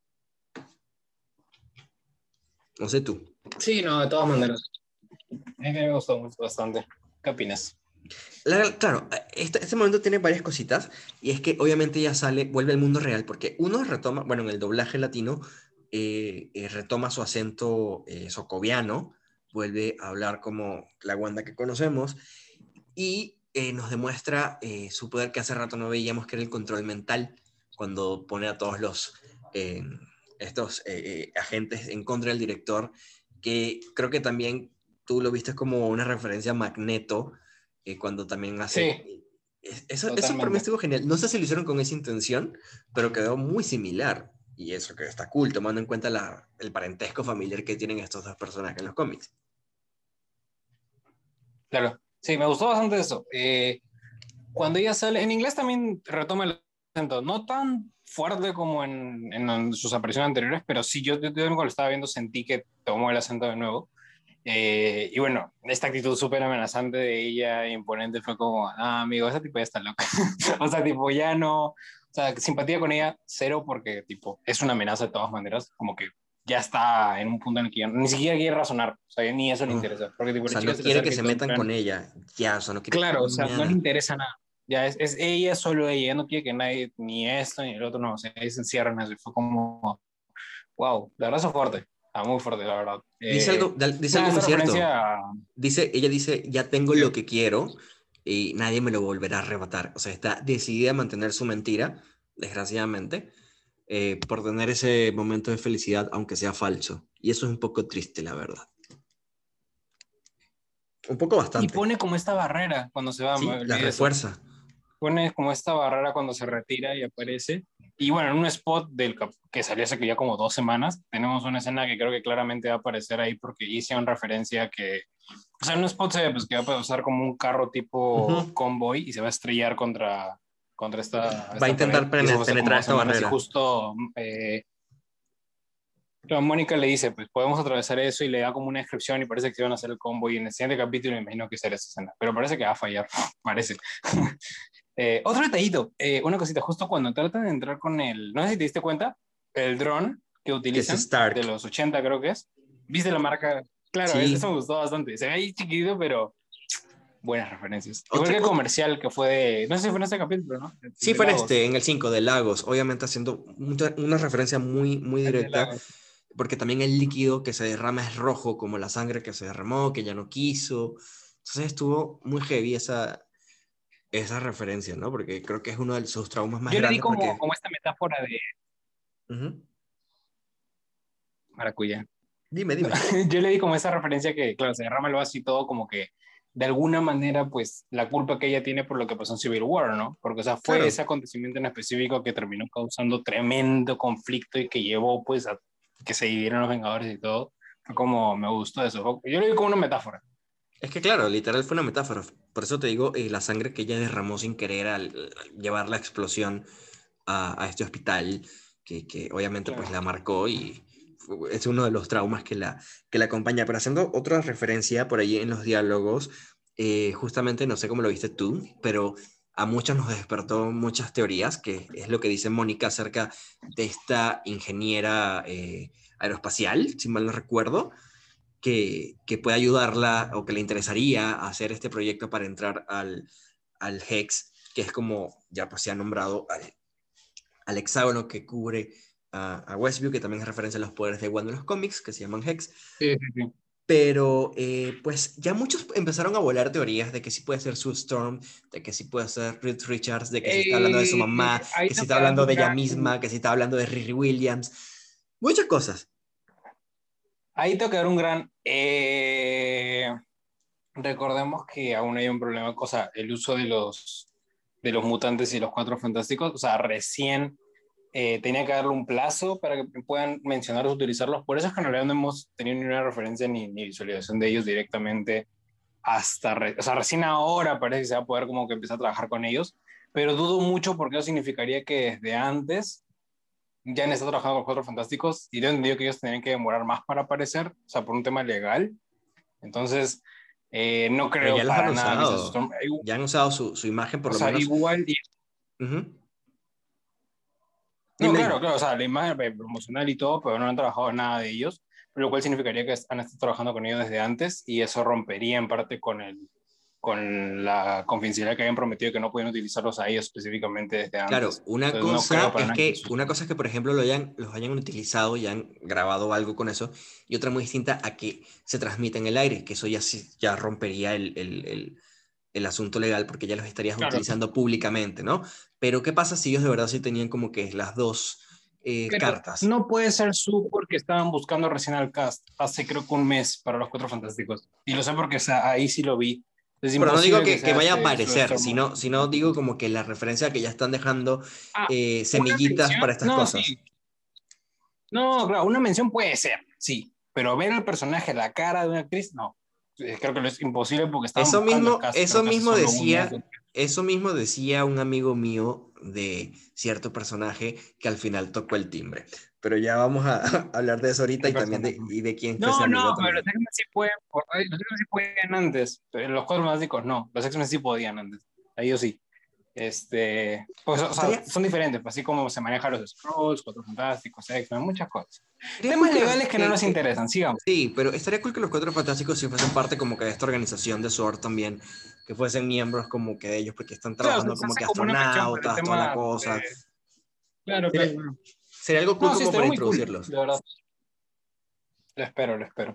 Speaker 1: No sé tú.
Speaker 2: Sí, no, de todas maneras. A mí me gustó mucho, bastante. ¿Qué opinas?
Speaker 1: La- claro, este, este momento tiene varias cositas y es que obviamente ya sale, vuelve al mundo real porque uno retoma, bueno, en el doblaje latino eh, eh, retoma su acento eh, socoviano, vuelve a hablar como la Wanda que conocemos y eh, nos demuestra eh, su poder que hace rato no veíamos, que era el control mental, cuando pone a todos los eh, estos eh, eh, agentes en contra del director, que creo que también tú lo viste como una referencia a Magneto, eh, cuando también hace...
Speaker 2: Sí,
Speaker 1: eh, eso, eso para mí
Speaker 2: totalmente.
Speaker 1: estuvo genial. No sé si lo hicieron con esa intención, pero quedó muy similar. Y eso que está cool, tomando en cuenta la, el parentesco familiar que tienen estos dos personajes en los cómics.
Speaker 2: Claro. Sí, me gustó bastante eso. Eh, cuando ella sale, en inglés también retoma el acento, no tan fuerte como en, en sus apariciones anteriores, pero sí, yo, yo también cuando lo estaba viendo sentí que tomó el acento de nuevo. Eh, y bueno, esta actitud súper amenazante de ella, imponente, fue como, ah, amigo, esa tipo ya está loca. O sea, tipo, ya no, o sea, simpatía con ella, cero, porque, tipo, es una amenaza de todas maneras, como que ya está en un punto en el que ya ni siquiera quiere razonar, o sea, ni eso le
Speaker 1: No,
Speaker 2: interesa, porque, tipo,
Speaker 1: o
Speaker 2: la
Speaker 1: sea,
Speaker 2: chica
Speaker 1: no
Speaker 2: se le
Speaker 1: quiere que
Speaker 2: acerca y
Speaker 1: se
Speaker 2: todo en
Speaker 1: metan
Speaker 2: plan,
Speaker 1: con ella. Ya, o sea, no quiere
Speaker 2: claro, o sea, no le
Speaker 1: nada.
Speaker 2: interesa nada. Ya es, es ella, solo ella, ella no quiere que nadie, ni esto ni el otro, no, o sea, ahí se encierran en eso, y fue como, wow, la verdad es fuerte, ah, muy fuerte, la verdad.
Speaker 1: Dice algo,
Speaker 2: Eh,
Speaker 1: dal- dice
Speaker 2: nada,
Speaker 1: algo muy
Speaker 2: esta
Speaker 1: cierto.
Speaker 2: referencia a...
Speaker 1: Dice, ella dice, ya tengo lo que quiero y nadie me lo volverá a arrebatar. O sea, está decidida a mantener su mentira, desgraciadamente, eh, por tener ese momento de felicidad, aunque sea falso. Y eso es un poco triste, la verdad. Un poco
Speaker 2: Y
Speaker 1: bastante.
Speaker 2: pone como esta barrera cuando se va, me
Speaker 1: Sí, la
Speaker 2: olvidé eso.
Speaker 1: refuerza.
Speaker 2: Pone como esta barrera cuando se retira y aparece. Y bueno, en un spot del cap- que salió hace que ya como dos semanas, tenemos una escena que creo que claramente va a aparecer ahí porque hice una referencia que, o sea, en un spot se ve pues, que va a pasar como un carro tipo
Speaker 1: Ujú.
Speaker 2: convoy y se va a estrellar contra, contra esta,
Speaker 1: Va a
Speaker 2: esta
Speaker 1: intentar
Speaker 2: pared. Y eso
Speaker 1: pene-
Speaker 2: fue hace como
Speaker 1: penetrar
Speaker 2: dos
Speaker 1: esta
Speaker 2: semanas y
Speaker 1: barrera.
Speaker 2: justo eh, pero Mónica le dice, pues podemos atravesar eso y le da como una descripción y parece que se van a hacer el combo y en el siguiente capítulo me imagino que será esa escena, pero parece que va a fallar, parece. Eh, otro detallito, eh, una cosita, justo cuando tratan de entrar con el, no sé si te diste cuenta, el dron que
Speaker 1: Que es
Speaker 2: utilizan, de
Speaker 1: Stark.
Speaker 2: los ochenta creo que es, ¿viste la marca? Claro, es- eso
Speaker 1: Sí.
Speaker 2: me gustó bastante, se ve ahí chiquitito, pero buenas referencias. Igual
Speaker 1: Otra,
Speaker 2: que el
Speaker 1: ot-
Speaker 2: comercial que fue de, no sé si fue en este capítulo, ¿no? De,
Speaker 1: Sí,
Speaker 2: de
Speaker 1: fue en este,
Speaker 2: Lagos,
Speaker 1: en el cinco de Lagos, obviamente haciendo mucha- una referencia muy, muy
Speaker 2: el de
Speaker 1: directa,
Speaker 2: Lagos.
Speaker 1: porque también el líquido que se derrama es rojo, como la sangre que se derramó, que ya no quiso. Entonces estuvo muy heavy esa, esa referencia, ¿no? Porque creo que es uno de sus traumas más
Speaker 2: Yo le di
Speaker 1: grandes
Speaker 2: como,
Speaker 1: porque...
Speaker 2: como esta metáfora de
Speaker 1: Ujú.
Speaker 2: maracuyá.
Speaker 1: Dime, dime.
Speaker 2: Yo le di como esa referencia que, claro, se derrama el vaso y todo, como que de alguna manera, pues la culpa que ella tiene por lo que pasó en Civil War, ¿no? Porque, o sea, fue
Speaker 1: Claro,
Speaker 2: ese acontecimiento en específico que terminó causando tremendo conflicto y que llevó, pues, a que se dividieran los Vengadores y todo. Fue como, me gustó eso. Yo lo vi como una metáfora.
Speaker 1: es que claro, literal fue una metáfora. Por eso te digo, eh, la sangre que ella derramó sin querer al, al llevar la explosión a, a este hospital, que, que obviamente pues
Speaker 2: Claro.
Speaker 1: la marcó y fue- es uno de los traumas que la, que la acompaña. Pero haciendo otra referencia por ahí en los diálogos, eh, justamente no sé cómo lo viste tú, pero a muchos nos despertó muchas teorías, que es lo que dice Mónica acerca de esta ingeniera eh, aeroespacial, si mal no recuerdo, que, que puede ayudarla o que le interesaría hacer este proyecto para entrar al, al Hex, que es como ya pues se ha nombrado al, al hexágono que cubre a, a Westview, que también es referencia a los poderes de Wanda en los cómics, que se llaman Hex.
Speaker 2: Sí, sí, sí.
Speaker 1: Pero eh, pues ya muchos empezaron a volar teorías de que sí puede ser Sue Storm, de que sí puede ser Reed Richards, de que sí está hablando de su
Speaker 2: Eh,
Speaker 1: mamá,
Speaker 2: ahí
Speaker 1: que sí
Speaker 2: tengo
Speaker 1: está
Speaker 2: que dar
Speaker 1: hablando
Speaker 2: un
Speaker 1: de ella
Speaker 2: gran,
Speaker 1: misma, que sí está hablando de Riri Williams. Muchas cosas.
Speaker 2: ahí tengo que dar un gran, eh, recordemos que aún hay un problema, o sea, el uso de los, de los mutantes y los cuatro fantásticos, o sea, recién eh, tenía que darle un plazo para que puedan mencionarlos, utilizarlos. Por eso es que en realidad no hemos tenido ni una referencia ni, ni visualización de ellos directamente hasta, re, o sea, recién ahora parece que se va a poder como que empezar a trabajar con ellos, pero dudo mucho porque eso significaría que desde antes ya han estado trabajando con los Cuatro Fantásticos y yo he entendido que ellos tenían que demorar más para aparecer, o sea, por un tema legal. Entonces, eh, no
Speaker 1: Pero ya
Speaker 2: creo
Speaker 1: los han
Speaker 2: para nada que se...
Speaker 1: usado. Ya han usado su, su imagen, por
Speaker 2: O
Speaker 1: lo
Speaker 2: sea,
Speaker 1: menos.
Speaker 2: igual... y-
Speaker 1: Ujú.
Speaker 2: no,
Speaker 1: Dime,
Speaker 2: claro,
Speaker 1: dime.
Speaker 2: claro, o sea, la imagen eh, promocional y todo, pero no han trabajado en nada de ellos, lo cual significaría que han estado trabajando con ellos desde antes y eso rompería en parte con el, con la confidencialidad que habían prometido que no podían utilizarlos a ellos específicamente desde
Speaker 1: Claro,
Speaker 2: antes.
Speaker 1: una
Speaker 2: Entonces no creo
Speaker 1: cosa
Speaker 2: para
Speaker 1: es
Speaker 2: nada que
Speaker 1: que,
Speaker 2: eso
Speaker 1: una cosa es que, por ejemplo, lo hayan, los hayan utilizado y han grabado algo con eso, y otra muy distinta a que se transmita en el aire, que eso ya, sí- ya rompería el, el, el, el asunto legal porque ya los estarías
Speaker 2: claro,
Speaker 1: utilizando públicamente, ¿no? Pero ¿qué pasa si ellos de verdad sí tenían como que las dos eh,
Speaker 2: pero
Speaker 1: cartas?
Speaker 2: no puede ser su porque estaban buscando recién al cast hace creo que un mes para los Cuatro Fantásticos. Y lo sé porque o sea, ahí sí lo vi. Es
Speaker 1: Pero no digo
Speaker 2: imposible que
Speaker 1: que, que
Speaker 2: sea
Speaker 1: vaya a
Speaker 2: este Sue
Speaker 1: aparecer,
Speaker 2: Storm.
Speaker 1: sino, sino digo como que la referencia que ya están dejando
Speaker 2: Ah,
Speaker 1: eh,
Speaker 2: una
Speaker 1: semillitas
Speaker 2: mención.
Speaker 1: para estas
Speaker 2: No,
Speaker 1: cosas.
Speaker 2: sí. No, claro, una mención puede ser, sí. Pero ver al personaje, la cara de una actriz, no. Eh, Creo que lo es imposible porque estaban
Speaker 1: Eso
Speaker 2: buscando el
Speaker 1: mismo,
Speaker 2: cast,
Speaker 1: eso
Speaker 2: creo que hace
Speaker 1: mismo
Speaker 2: solo un mes.
Speaker 1: decía, eso mismo decía un amigo mío de cierto personaje que al final tocó el timbre. Pero ya vamos a, a hablar de eso ahorita
Speaker 2: El
Speaker 1: y también
Speaker 2: personaje.
Speaker 1: de, y de quién fue ese
Speaker 2: No, no,
Speaker 1: amigo
Speaker 2: pero los
Speaker 1: también.
Speaker 2: X-Men sí pueden, por- ay, los X-Men sí podían antes, pero los Cuatro Fantásticos no, los X-Men sí podían antes, ellos sí. Este, pues, o sea,
Speaker 1: Estaría,
Speaker 2: son diferentes, pues, así como se manejan los Scrolls, Cuatro Fantásticos, X-Men, muchas cosas.
Speaker 1: estaría cool
Speaker 2: Temas
Speaker 1: que, los-
Speaker 2: legales que no
Speaker 1: que-
Speaker 2: nos
Speaker 1: que-
Speaker 2: interesan, sigamos.
Speaker 1: sí, pero estaría cool que los Cuatro Fantásticos sí fuesen parte como que de esta organización de S W O R D también, que fuesen miembros como que de ellos, porque están
Speaker 2: Claro, se
Speaker 1: trabajando
Speaker 2: se
Speaker 1: como
Speaker 2: hace
Speaker 1: que
Speaker 2: como una mención por el
Speaker 1: astronautas, toda la
Speaker 2: tema de...
Speaker 1: cosa.
Speaker 2: Claro, claro,
Speaker 1: Sería,
Speaker 2: claro.
Speaker 1: sería algo cool
Speaker 2: No, sí,
Speaker 1: como
Speaker 2: estaría
Speaker 1: para
Speaker 2: muy cool,
Speaker 1: introducirlos.
Speaker 2: de verdad. Lo espero, lo espero.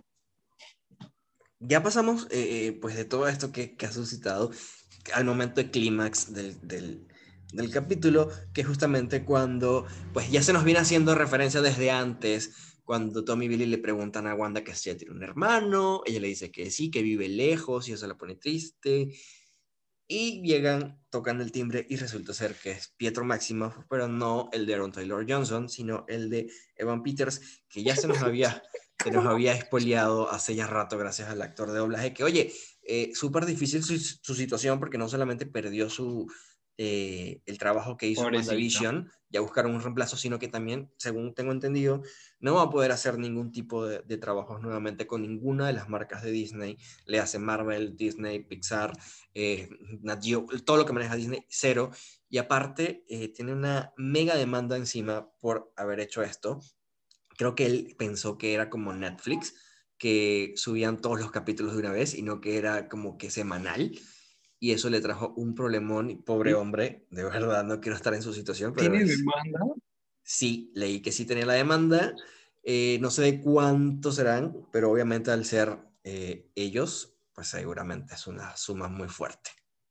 Speaker 1: Ya pasamos eh, eh, pues de todo esto que, que ha suscitado al momento de clímax del, del, del capítulo, que es justamente cuando pues ya se nos viene haciendo referencia desde antes, cuando Tommy y Billy le preguntan a Wanda que si ella tiene un hermano, ella le dice que sí, que vive lejos y eso la pone triste, y llegan, tocan el timbre y resulta ser que es Pietro Maximoff, pero no el de Aaron Taylor Johnson, sino el de Evan Peters, que ya se nos había, se nos había expoliado hace ya rato gracias al actor de doblaje, que oye, eh, súper difícil su, su, situación porque no solamente perdió su, eh, el trabajo que hizo en
Speaker 2: Pobrecito.
Speaker 1: WandaVision, ya buscaron un reemplazo, sino que también, según tengo entendido, no va a poder hacer ningún tipo de, de trabajos nuevamente con ninguna de las marcas de Disney, le hace Marvel, Disney, Pixar, eh, Nat Geo, todo lo que maneja Disney, cero. Y aparte, eh, tiene una mega demanda encima por haber hecho esto. Creo que él pensó que era como Netflix, que subían todos los capítulos de una vez y no que era como que semanal. Y eso le trajo un problemón, y pobre
Speaker 2: ¿Sí?
Speaker 1: hombre, de verdad no quiero estar en su situación, pero
Speaker 2: ¿Tiene
Speaker 1: es,
Speaker 2: demanda?
Speaker 1: sí, leí que sí tenía la demanda. Eh, no sé de cuántos serán, pero obviamente al ser eh, ellos, pues seguramente es una suma muy fuerte.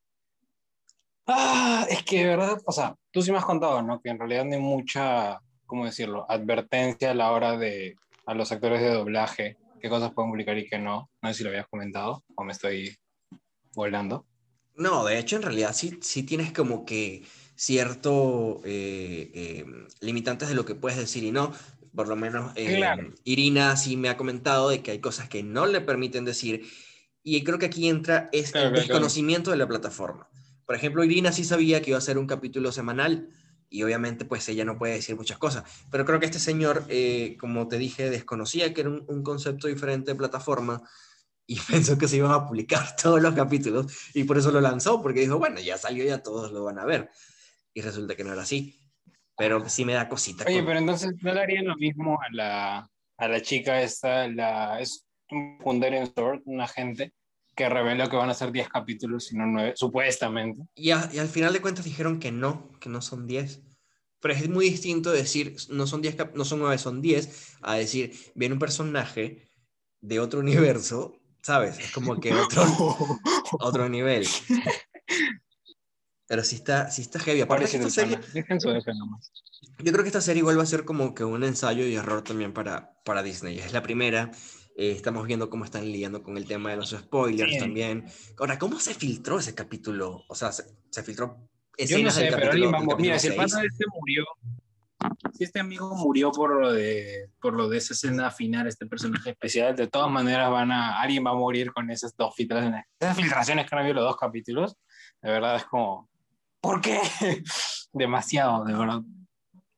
Speaker 2: Ah, es que de verdad, o sea, tú sí me has contado, ¿no? Que en realidad no hay mucha, ¿cómo decirlo? Advertencia a la hora de a los actores de doblaje, qué cosas pueden publicar y qué no. No sé si lo habías comentado o me estoy volando.
Speaker 1: No, de hecho, en realidad sí, sí tienes como que cierto eh, eh, limitantes de lo que puedes decir y no. Por lo menos eh,
Speaker 2: Claro,
Speaker 1: Irina sí me ha comentado de que hay cosas que no le permiten decir y creo que aquí entra es
Speaker 2: claro,
Speaker 1: el
Speaker 2: claro, claro.
Speaker 1: desconocimiento de la plataforma. Por ejemplo, Irina sí sabía que iba a ser un capítulo semanal y obviamente pues ella no puede decir muchas cosas, pero creo que este señor, eh, como te dije, desconocía que era un, un concepto diferente de plataforma y pensó que se iban a publicar todos los capítulos y por eso lo lanzó, porque dijo, bueno, ya salió, ya todos lo van a ver. Y resulta que no era así. Pero sí me da cosita
Speaker 2: Oye,
Speaker 1: con...
Speaker 2: pero entonces no le harían lo mismo a la, a la chica esta, la, es un Fundarian Sword, una agente que reveló que van a ser diez capítulos y no nueve, supuestamente.
Speaker 1: Y, a, y al final de cuentas dijeron que no, que no son diez. Pero es muy distinto decir, no son diez, no son nueve, son diez, a decir, viene un personaje de otro universo, ¿sabes? Es como que otro, otro nivel. Pero sí está, sí está heavy. Aparte que
Speaker 2: Pobrecito
Speaker 1: esta
Speaker 2: el
Speaker 1: serie,
Speaker 2: pana, dejen su F nomás.
Speaker 1: yo creo que esta serie igual va a ser como que un ensayo y error también para, para Disney. Es la primera. Eh, estamos viendo cómo están lidiando con el tema de los spoilers
Speaker 2: Sí,
Speaker 1: también. Ahora, ¿cómo se filtró ese capítulo? O sea, se, se filtró
Speaker 2: yo no
Speaker 1: escenas del
Speaker 2: sé, pero alguien
Speaker 1: capítulo,
Speaker 2: va a
Speaker 1: del
Speaker 2: morir.
Speaker 1: capítulo
Speaker 2: Mira, si el pata
Speaker 1: seis.
Speaker 2: este murió, si este amigo murió por lo de, por lo de esa escena final, este personaje especial, de todas maneras van a, alguien va a morir con esas dos filtraciones. Esas filtraciones que han habido los dos capítulos, de verdad es como, ¿por qué? Demasiado, de verdad.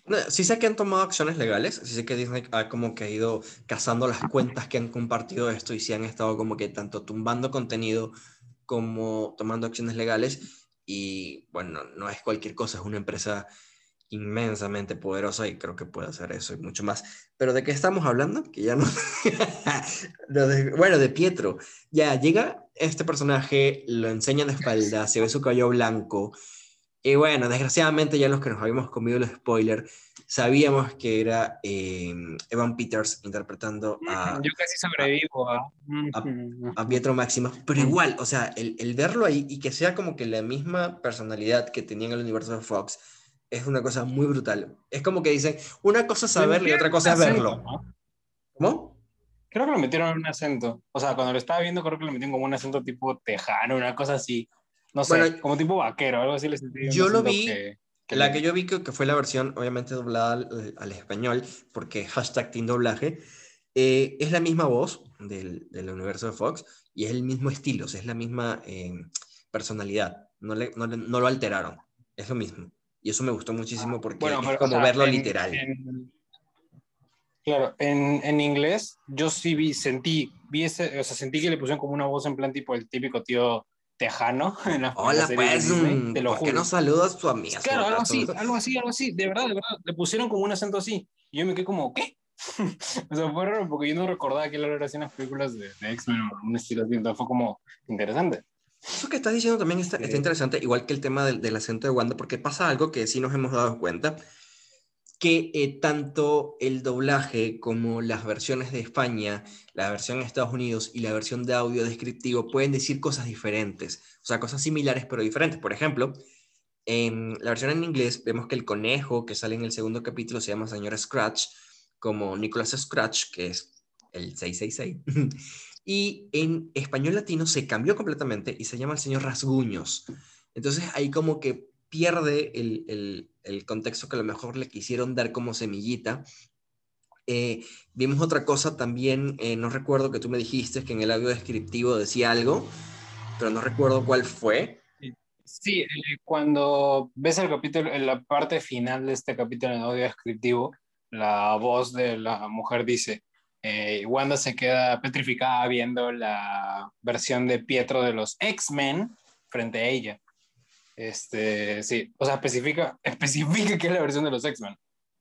Speaker 1: No, sí sé que han tomado acciones legales, sí sé que Disney ha como que ha ido cazando las cuentas que han compartido esto y sí han estado como que tanto tumbando contenido como tomando acciones legales y bueno, no es cualquier cosa, es una empresa inmensamente poderosa y creo que puede hacer eso y mucho más. Pero ¿de qué estamos hablando? Que ya no... Lo de- Bueno, de Pietro. Ya llega este personaje, lo enseña de espalda, se ve su cabello blanco y bueno, desgraciadamente ya los que nos habíamos comido el spoiler, sabíamos que era eh, Evan Peters interpretando a,
Speaker 2: Yo casi
Speaker 1: a,
Speaker 2: sobrevivo a...
Speaker 1: a, a Pietro Máximo, pero igual, o sea, el, el verlo ahí y que sea como que la misma personalidad que tenía en el universo de Fox es una cosa muy brutal. Es como que dicen, una cosa es
Speaker 2: Le
Speaker 1: saberlo y
Speaker 2: metieron
Speaker 1: otra
Speaker 2: un
Speaker 1: cosa es
Speaker 2: acento,
Speaker 1: verlo.
Speaker 2: ¿no?
Speaker 1: ¿Cómo?
Speaker 2: Creo que le metieron un acento. O sea, cuando lo estaba viendo, creo que le metieron como un acento tipo tejano, una cosa así. No
Speaker 1: Bueno,
Speaker 2: sé, como tipo vaquero, algo así le sentí un
Speaker 1: yo lo
Speaker 2: acento
Speaker 1: vi,
Speaker 2: que, que
Speaker 1: la
Speaker 2: le...
Speaker 1: que yo vi que, que fue la versión obviamente doblada al, al español, porque hashtag Team Doblaje, eh, es la misma voz del, del universo de Fox y es el mismo estilo, o sea, es la misma eh, personalidad, no, le, no, le- no lo alteraron, es lo mismo. Y eso me gustó muchísimo porque
Speaker 2: Bueno,
Speaker 1: es
Speaker 2: pero, o
Speaker 1: como
Speaker 2: sea,
Speaker 1: verlo
Speaker 2: en,
Speaker 1: literal.
Speaker 2: en, claro, en, en inglés yo sí vi, sentí, vi ese, o sea, sentí que le pusieron como una voz en plan tipo el típico tío tejano en la, en la
Speaker 1: Hola,
Speaker 2: serie de
Speaker 1: pues,
Speaker 2: Disney, te
Speaker 1: mm,
Speaker 2: lo
Speaker 1: ¿por qué no
Speaker 2: juro.
Speaker 1: saludas a tu amiga si
Speaker 2: Claro, algo
Speaker 1: acaso?
Speaker 2: así, algo así, algo así, de verdad, de verdad. Le pusieron como un acento así. Y yo me quedé como, ¿qué? O sea, fue raro porque yo no recordaba que él era así en las películas de, de X-Men o un estilo así. Entonces fue como interesante.
Speaker 1: Eso que estás diciendo también está, está
Speaker 2: Este,
Speaker 1: interesante, igual que el tema del, del acento de Wanda, porque pasa algo que sí nos hemos dado cuenta, que eh, tanto el doblaje como las versiones de España, la versión de Estados Unidos y la versión de audio descriptivo pueden decir cosas diferentes, o sea, cosas similares pero diferentes. Por ejemplo, en la versión en inglés vemos que el conejo que sale en el segundo capítulo se llama señor Scratch, como Nicholas Scratch, que es el seiscientos sesenta y seis. Y en español latino se cambió completamente y se llama el señor Rasguños. Entonces ahí como que pierde el, el, el contexto que a lo mejor le quisieron dar como semillita. Eh, vimos otra cosa también, eh, no recuerdo que tú me dijiste que en el audio descriptivo decía algo, pero no recuerdo cuál fue.
Speaker 2: sí, eh, cuando ves el capítulo, en la parte final de este capítulo en audio descriptivo, la voz de la mujer dice, eh, Wanda se queda petrificada viendo la versión de Pietro de los X-Men frente a ella. Este, sí, o sea, especifica, especifica que es la versión de los X-Men.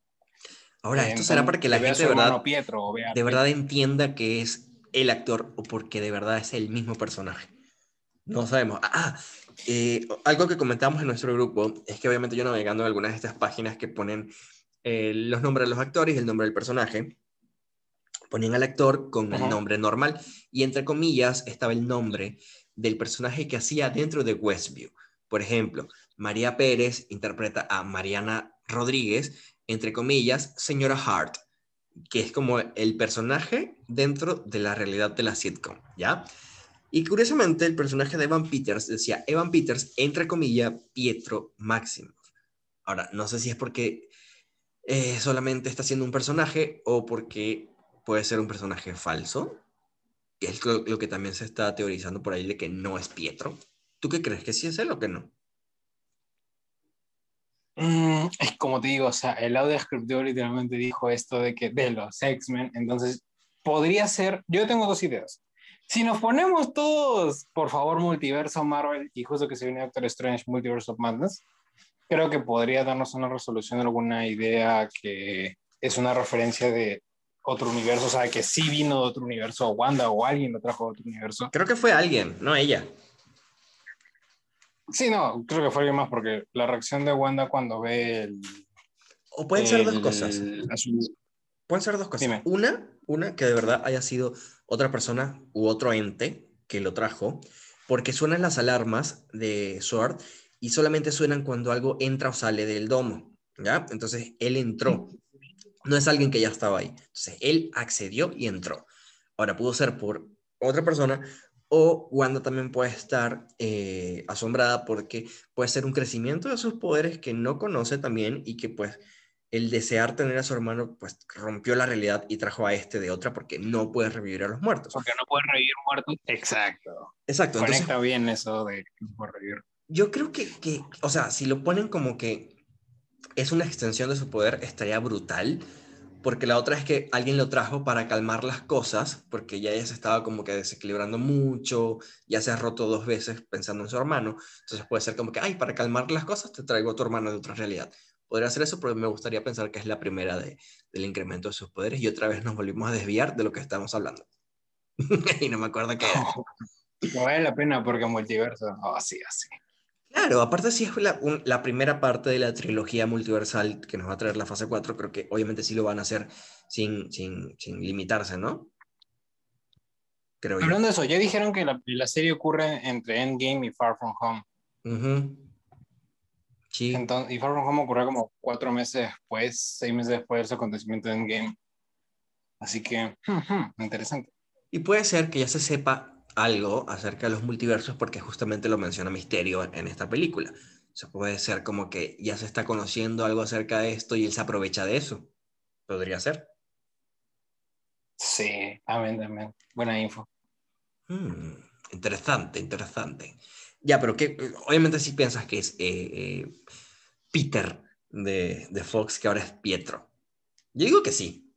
Speaker 1: Ahora,
Speaker 2: Eh,
Speaker 1: esto será
Speaker 2: entonces,
Speaker 1: para que
Speaker 2: que
Speaker 1: la
Speaker 2: vea a
Speaker 1: gente
Speaker 2: su
Speaker 1: de
Speaker 2: hermano
Speaker 1: verdad,
Speaker 2: Pietro o vea a
Speaker 1: de verdad
Speaker 2: Pietro.
Speaker 1: entienda que es el actor o porque de verdad es el mismo personaje. No sabemos. Ah, eh, algo que comentamos en nuestro grupo es que obviamente yo navegando en algunas de estas páginas que ponen eh, los nombres de los actores y el nombre del personaje, ponían al actor con
Speaker 2: Uh
Speaker 1: el
Speaker 2: -huh.
Speaker 1: nombre normal y entre comillas estaba el nombre del personaje que hacía dentro de Westview. Por ejemplo, María Pérez interpreta a Mariana Rodríguez, entre comillas, señora Hart, que es como el personaje dentro de la realidad de la sitcom, ¿ya? Y curiosamente, el personaje de Evan Peters decía Evan Peters, entre comillas, Pietro Máximo. Ahora, no sé si es porque eh, solamente está siendo un personaje o porque puede ser un personaje falso, que es lo, lo, que también se está teorizando por ahí de que no es Pietro. ¿Tú qué crees? ¿Que sí es él o que no?
Speaker 2: Mm, es como te digo, o sea, el audio descriptivo literalmente dijo esto de que de los X-Men, entonces podría ser, yo tengo dos ideas. Si nos ponemos todos, por favor, multiverso Marvel y justo que se viene Doctor Strange, Multiverse of Madness, creo que podría darnos una resolución de alguna idea que es una referencia de otro universo, o sea, que sí vino de otro universo, o Wanda o alguien lo trajo de otro universo.
Speaker 1: Creo que fue alguien, no ella.
Speaker 2: Sí, no, creo que fue alguien más, porque la reacción de Wanda cuando ve el,
Speaker 1: O pueden ser dos cosas.
Speaker 2: el, a su-
Speaker 1: Pueden ser dos cosas.
Speaker 2: dime.
Speaker 1: Una, una que de verdad haya sido otra persona u otro ente que lo trajo, porque suenan las alarmas de Sword y solamente suenan cuando algo entra o sale del domo, ¿ya? Entonces él entró. No es alguien que ya estaba ahí. Entonces él accedió y entró. Ahora pudo ser por otra persona o Wanda también puede estar eh, asombrada porque puede ser un crecimiento de sus poderes que no conoce también y que pues el desear tener a su hermano pues rompió la realidad y trajo a este de otra porque no puede revivir a los muertos.
Speaker 2: Porque no puede revivir muertos. Exacto.
Speaker 1: Exacto, entonces
Speaker 2: Conecta bien eso de que no puede revivir.
Speaker 1: yo creo que, que, o sea, si lo ponen como que es una extensión de su poder, estaría brutal, porque la otra es que alguien lo trajo para calmar las cosas, porque ya ella se estaba como que desequilibrando mucho, ya se ha roto dos veces pensando en su hermano, entonces puede ser como que, ay, para calmar las cosas te traigo a tu hermano de otra realidad. Podría ser eso, pero me gustaría pensar que es la primera de, del incremento de sus poderes y otra vez nos volvimos a desviar de lo que estamos hablando. Y no me acuerdo qué era.
Speaker 2: No vale la pena porque multiverso. Oh, sí, así.
Speaker 1: Claro, aparte si es la, un- la primera parte de la trilogía multiversal que nos va a traer la fase cuatro, creo que obviamente sí lo van a hacer sin, sin, sin limitarse, ¿no? Creo yo.
Speaker 2: Hablando de eso, ya dijeron que la, la serie ocurre entre Endgame y Far From Home.
Speaker 1: Ujú. Sí.
Speaker 2: Entonces, y Far From Home ocurrió como cuatro meses después, seis meses después de ese acontecimiento de Endgame. Así que, ujú, interesante.
Speaker 1: Y puede ser que ya se sepa algo acerca de los multiversos porque justamente lo menciona Misterio en esta película. O sea, puede ser como que ya se está conociendo algo acerca de esto y él se aprovecha de eso. Podría ser.
Speaker 2: Sí, amén, amén. Buena info.
Speaker 1: Hmm, interesante, interesante. Ya, pero que obviamente si piensas que es eh, eh, Peter de, de Fox, que ahora es Pietro. Yo digo que sí.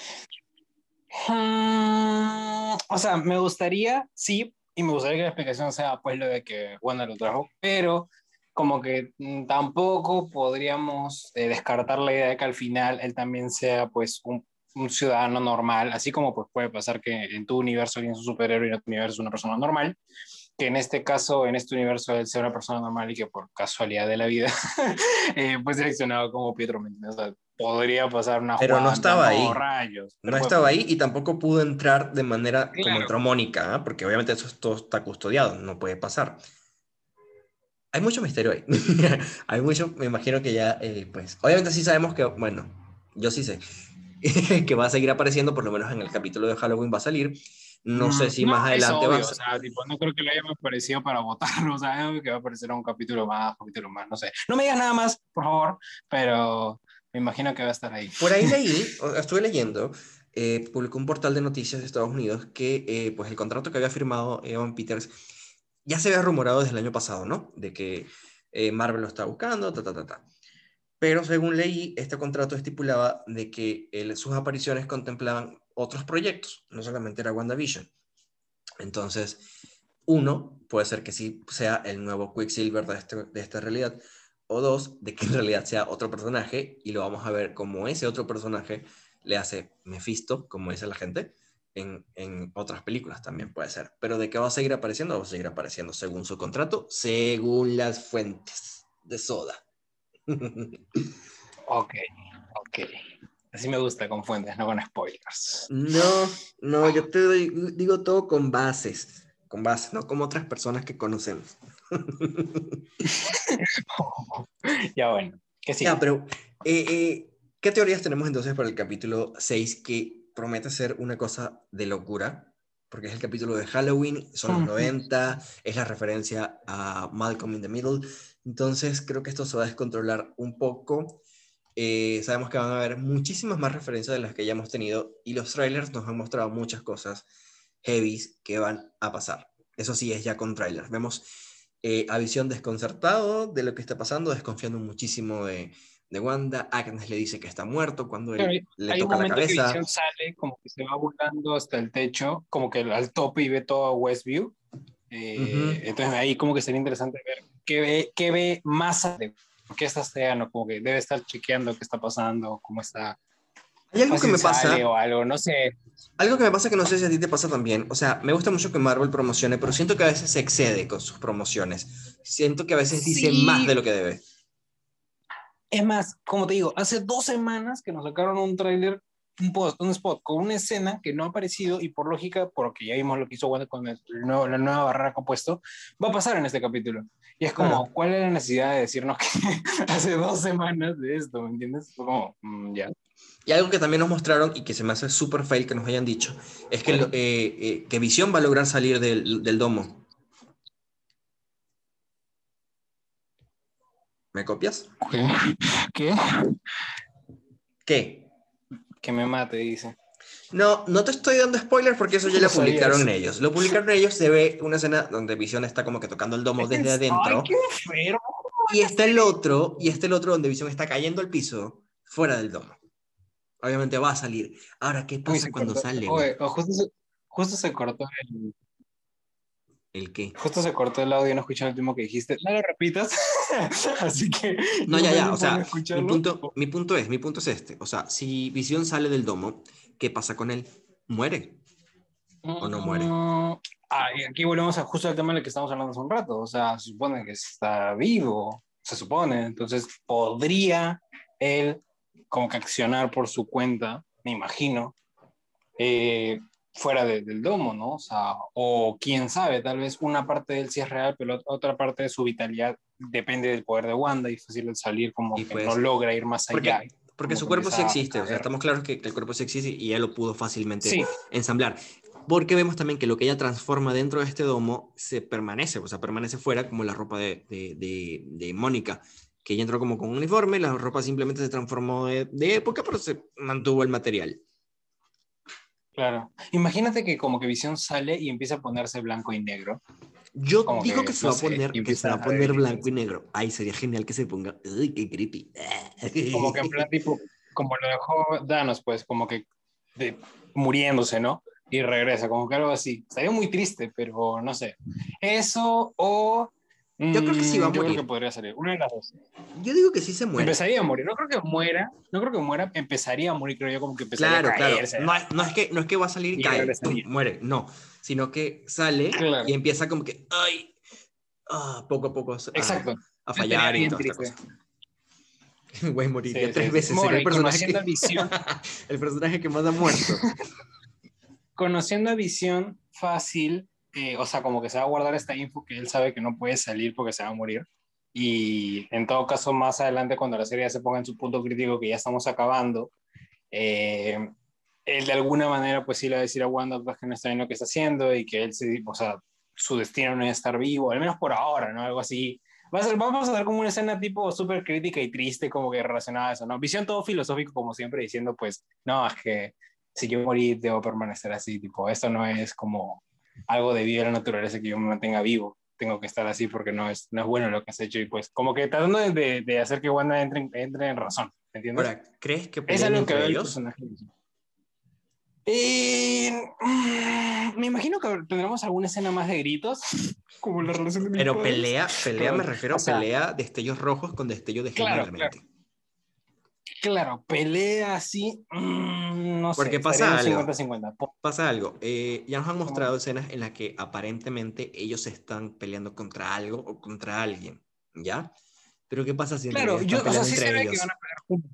Speaker 2: Hmm, o sea, me gustaría, sí, y me gustaría que la explicación sea pues lo de que Wanda lo trajo, pero como que mm, tampoco podríamos eh, descartar la idea de que al final él también sea pues un, un ciudadano normal, así como pues puede pasar que en tu universo alguien es un superhéroe y en otro universo es una persona normal, que en este caso, en este universo él sea una persona normal y que por casualidad de la vida eh, pues seleccionado como Pietro, ¿me entiendes? O sea, podría pasar una
Speaker 1: Pero no
Speaker 2: Wanda,
Speaker 1: estaba
Speaker 2: no,
Speaker 1: ahí.
Speaker 2: rayos,
Speaker 1: No
Speaker 2: pero puede
Speaker 1: estaba
Speaker 2: pasar.
Speaker 1: ahí y tampoco pudo entrar de manera como
Speaker 2: Claro.
Speaker 1: entró Mónica, ¿ah? Porque obviamente eso es- todo está custodiado, no puede pasar. Hay mucho misterio ahí. Hay mucho, me imagino que ya, eh, pues, obviamente sí sabemos que, bueno, yo sí sé que va a seguir apareciendo, por lo menos en el capítulo de Halloween va a salir. No sé
Speaker 2: Mm,
Speaker 1: si
Speaker 2: no,
Speaker 1: más
Speaker 2: es
Speaker 1: adelante va a
Speaker 2: obvio, o
Speaker 1: ser.
Speaker 2: sea, tipo, no creo que lo hayan aparecido para votarlo, o sea, es obvio que va a aparecer un capítulo más, capítulo más, no sé. No me digas nada más, por favor, pero me imagino que va a estar ahí.
Speaker 1: Por ahí leí, o- estuve leyendo, eh, publicó un portal de noticias de Estados Unidos que, eh, pues, el contrato que había firmado Evan Peters ya se había rumorado desde el año pasado, ¿no? De que eh, Marvel lo está buscando, ta, ta, ta, ta. Pero según leí, este contrato estipulaba de que él- sus apariciones contemplaban otros proyectos, no solamente era WandaVision. Entonces, uno, puede ser que sí sea el nuevo Quicksilver de, este- de esta realidad, o dos, de que en realidad sea otro personaje y lo vamos a ver como ese otro personaje le hace Mephisto, como dice la gente, en, en otras películas también puede ser. Pero de que va a seguir apareciendo, va a seguir apareciendo según su contrato, según las fuentes de Soda.
Speaker 2: Ok, ok. Así me gusta con fuentes, no con spoilers.
Speaker 1: No, no, yo te doy- digo todo con bases, con bases, no como otras personas que conocemos.
Speaker 2: Ya bueno, ¿qué
Speaker 1: Ya,
Speaker 2: sigue?
Speaker 1: pero eh, eh, ¿qué teorías tenemos entonces para el capítulo seis que promete ser una cosa de locura? Porque es el capítulo de Halloween, son los noventa, es la referencia a Malcolm in the Middle, entonces creo que esto se va a descontrolar un poco. Eh, sabemos que van a haber muchísimas más referencias de las que ya hemos tenido y los trailers nos han mostrado muchas cosas heavies que van a pasar. Eso sí, es ya con trailers. Vemos eh, a Visión desconcertado de lo que está pasando, desconfiando muchísimo de, de Wanda. Agnes le dice que está muerto cuando
Speaker 2: Claro,
Speaker 1: él
Speaker 2: hay
Speaker 1: le
Speaker 2: hay un
Speaker 1: toca la
Speaker 2: momento que
Speaker 1: cabeza.
Speaker 2: Visión sale, como que se va volando hasta el techo, como que al tope y ve todo Westview. Eh,
Speaker 1: Ujú.
Speaker 2: entonces ahí como que sería interesante ver qué ve, qué ve más de qué está haciendo, como que debe estar chequeando qué está pasando, cómo está,
Speaker 1: Hay algo que
Speaker 2: fácil
Speaker 1: me
Speaker 2: sale
Speaker 1: pasa,
Speaker 2: o algo, no sé.
Speaker 1: algo que me pasa que no sé si a ti te pasa también. O sea, me gusta mucho que Marvel promocione, pero siento que a veces se excede con sus promociones. Siento que a veces dice más de
Speaker 2: Sí,
Speaker 1: lo que debe.
Speaker 2: es más, como te digo, hace dos semanas que nos sacaron un tráiler, un post, un spot con una escena que no ha aparecido y por lógica, porque ya vimos lo que hizo Wanda con el nuevo, la nueva barrera que ha puesto, va a pasar en este capítulo. Y es
Speaker 1: Claro.
Speaker 2: como, ¿cuál es la necesidad de decirnos que hace dos semanas de esto? ¿Me entiendes? Fue como, mm, ya.
Speaker 1: Y algo que también nos mostraron y que se me hace súper fail que nos hayan dicho, es que, lo- eh, eh, que Visión va a lograr salir del, del domo. ¿Me copias?
Speaker 2: ¿Qué? ¿Qué?
Speaker 1: ¿Qué?
Speaker 2: Que me mate, dice.
Speaker 1: No, no te estoy dando spoilers porque eso ya
Speaker 2: No
Speaker 1: lo
Speaker 2: sabía
Speaker 1: publicaron
Speaker 2: eso.
Speaker 1: ellos. Lo publicaron ellos, se ve una escena donde Visión está como que tocando el domo desde
Speaker 2: Es- Ay,
Speaker 1: adentro.
Speaker 2: qué enfermo.
Speaker 1: y está el otro, y está el otro donde Visión está cayendo al piso, fuera del domo. Obviamente va a salir. Ahora, ¿qué
Speaker 2: Uy,
Speaker 1: pasa
Speaker 2: se
Speaker 1: cuando
Speaker 2: cortó.
Speaker 1: sale, güey?
Speaker 2: Oye, o justo, se- justo se cortó el,
Speaker 1: ¿El qué?
Speaker 2: justo se cortó el audio, no escuché el último que dijiste. No lo repitas. Así que
Speaker 1: No,
Speaker 2: yo
Speaker 1: ya,
Speaker 2: me
Speaker 1: ya, o
Speaker 2: tipo no
Speaker 1: sea, mi
Speaker 2: escucharlo.
Speaker 1: punto, mi punto es, mi punto es este. O sea, si Visión sale del domo, ¿qué pasa con él? ¿Muere o no muere?
Speaker 2: Mm, ah, y aquí volvemos a justo al tema del que estamos hablando hace un rato. O sea, se supone que está vivo, se supone. Entonces, podría él como que accionar por su cuenta, me imagino, eh, fuera de- del domo, ¿no? O sea, o quién sabe, tal vez una parte de él sí es real, pero ot- otra parte de su vitalidad depende del poder de Wanda y es fácil el salir como
Speaker 1: Y
Speaker 2: que no
Speaker 1: pues,
Speaker 2: logra ir más allá,
Speaker 1: porque, porque
Speaker 2: como
Speaker 1: su
Speaker 2: que
Speaker 1: cuerpo sí
Speaker 2: empieza a
Speaker 1: existe, o sea,
Speaker 2: caer.
Speaker 1: estamos claros que, que el cuerpo sí existe y ella lo pudo fácilmente
Speaker 2: Sí,
Speaker 1: ensamblar. Porque vemos también que lo que ella transforma dentro de este domo se permanece, o sea, permanece fuera como la ropa de, de, de, de Mónica, que ella entró como con un uniforme, la ropa simplemente se transformó de, de época, pero se mantuvo el material.
Speaker 2: claro. Imagínate que como que Visión sale y empieza a ponerse blanco y negro,
Speaker 1: Yo
Speaker 2: como
Speaker 1: digo que
Speaker 2: que,
Speaker 1: se
Speaker 2: no
Speaker 1: va a
Speaker 2: sé, y
Speaker 1: poner, que se
Speaker 2: empieza
Speaker 1: va a
Speaker 2: a
Speaker 1: poner blanco y
Speaker 2: debilitarse.
Speaker 1: negro. Ay, sería genial que se ponga. Uy, qué creepy.
Speaker 2: Como que en plan tipo, como lo dejó Thanos, pues como que de- muriéndose, ¿no? Y regresa, como que algo así. Estaría muy triste, pero no sé. Eso o
Speaker 1: Yo creo que sí va a
Speaker 2: mm, yo creo que
Speaker 1: morir.
Speaker 2: podría salir. Una de las dos.
Speaker 1: Yo digo que sí se muere.
Speaker 2: Empezaría a morir. No creo que muera, no creo que muera, empezaría a morir, creo yo, como que empezaría a
Speaker 1: Claro, claro.
Speaker 2: caerse
Speaker 1: No es, no es que, no es que va a salir y
Speaker 2: y
Speaker 1: cae, ¡pum!
Speaker 2: regresaría.
Speaker 1: Muere, no. Sino que sale y
Speaker 2: Claro,
Speaker 1: empieza como que, ay, ah, poco a poco a,
Speaker 2: exacto.
Speaker 1: a
Speaker 2: Estaría
Speaker 1: fallar y
Speaker 2: bien
Speaker 1: toda esta
Speaker 2: triste.
Speaker 1: cosa. Güey, moriría
Speaker 2: Sí,
Speaker 1: tres
Speaker 2: sí, sí.
Speaker 1: veces. Sería
Speaker 2: Bueno,
Speaker 1: el
Speaker 2: y
Speaker 1: personaje
Speaker 2: conociendo a
Speaker 1: que.
Speaker 2: Visión,
Speaker 1: El personaje que más ha muerto.
Speaker 2: conociendo a Visión fácil, eh, o sea, como que se va a guardar esta info que él sabe que no puede salir porque se va a morir. Y en todo caso, más adelante, cuando la serie ya se ponga en su punto crítico, que ya estamos acabando, eh, él de alguna manera, pues sí le va a decir a Wanda pues, que no está bien lo que está haciendo y que él, se, o sea, su destino no es estar vivo, al menos por ahora, ¿no? Algo así. Va a ser, vamos a dar como una escena tipo súper crítica y triste, como que relacionada a eso, ¿no? Visión todo filosófico, como siempre, diciendo, pues, no, es que si yo morí, debo permanecer así, tipo, esto no es como algo debido a la naturaleza que yo me mantenga vivo, tengo que estar así porque no es, no es bueno lo que has hecho y pues como que tratando de, de, de hacer que Wanda entre, en- entre en razón, ¿me entiendes?
Speaker 1: Ahora, ¿crees que
Speaker 2: Es
Speaker 1: peleen
Speaker 2: algo que
Speaker 1: entre
Speaker 2: veo el
Speaker 1: ellos?
Speaker 2: personaje. Eh, mm, me imagino que tendremos alguna escena más de gritos, como la relación de mis
Speaker 1: Pero
Speaker 2: padres.
Speaker 1: pelea, pelea, me
Speaker 2: Pero,
Speaker 1: refiero
Speaker 2: o
Speaker 1: a
Speaker 2: sea,
Speaker 1: pelea destellos rojos con destello de genio en
Speaker 2: claro,
Speaker 1: la
Speaker 2: claro,
Speaker 1: mente.
Speaker 2: claro, pelea así, mm, no sé,
Speaker 1: Porque
Speaker 2: estaría en
Speaker 1: pasa
Speaker 2: un
Speaker 1: algo.
Speaker 2: cincuenta cincuenta.
Speaker 1: Pasa algo, eh, ya nos han
Speaker 2: Como-
Speaker 1: mostrado escenas en las que aparentemente ellos están peleando contra algo o contra alguien, ¿ya? Pero ¿qué pasa si en realidad
Speaker 2: Claro,
Speaker 1: están
Speaker 2: yo, o sea,
Speaker 1: peleando
Speaker 2: sí se
Speaker 1: entre
Speaker 2: ve que van
Speaker 1: ellos?
Speaker 2: a pelear juntos,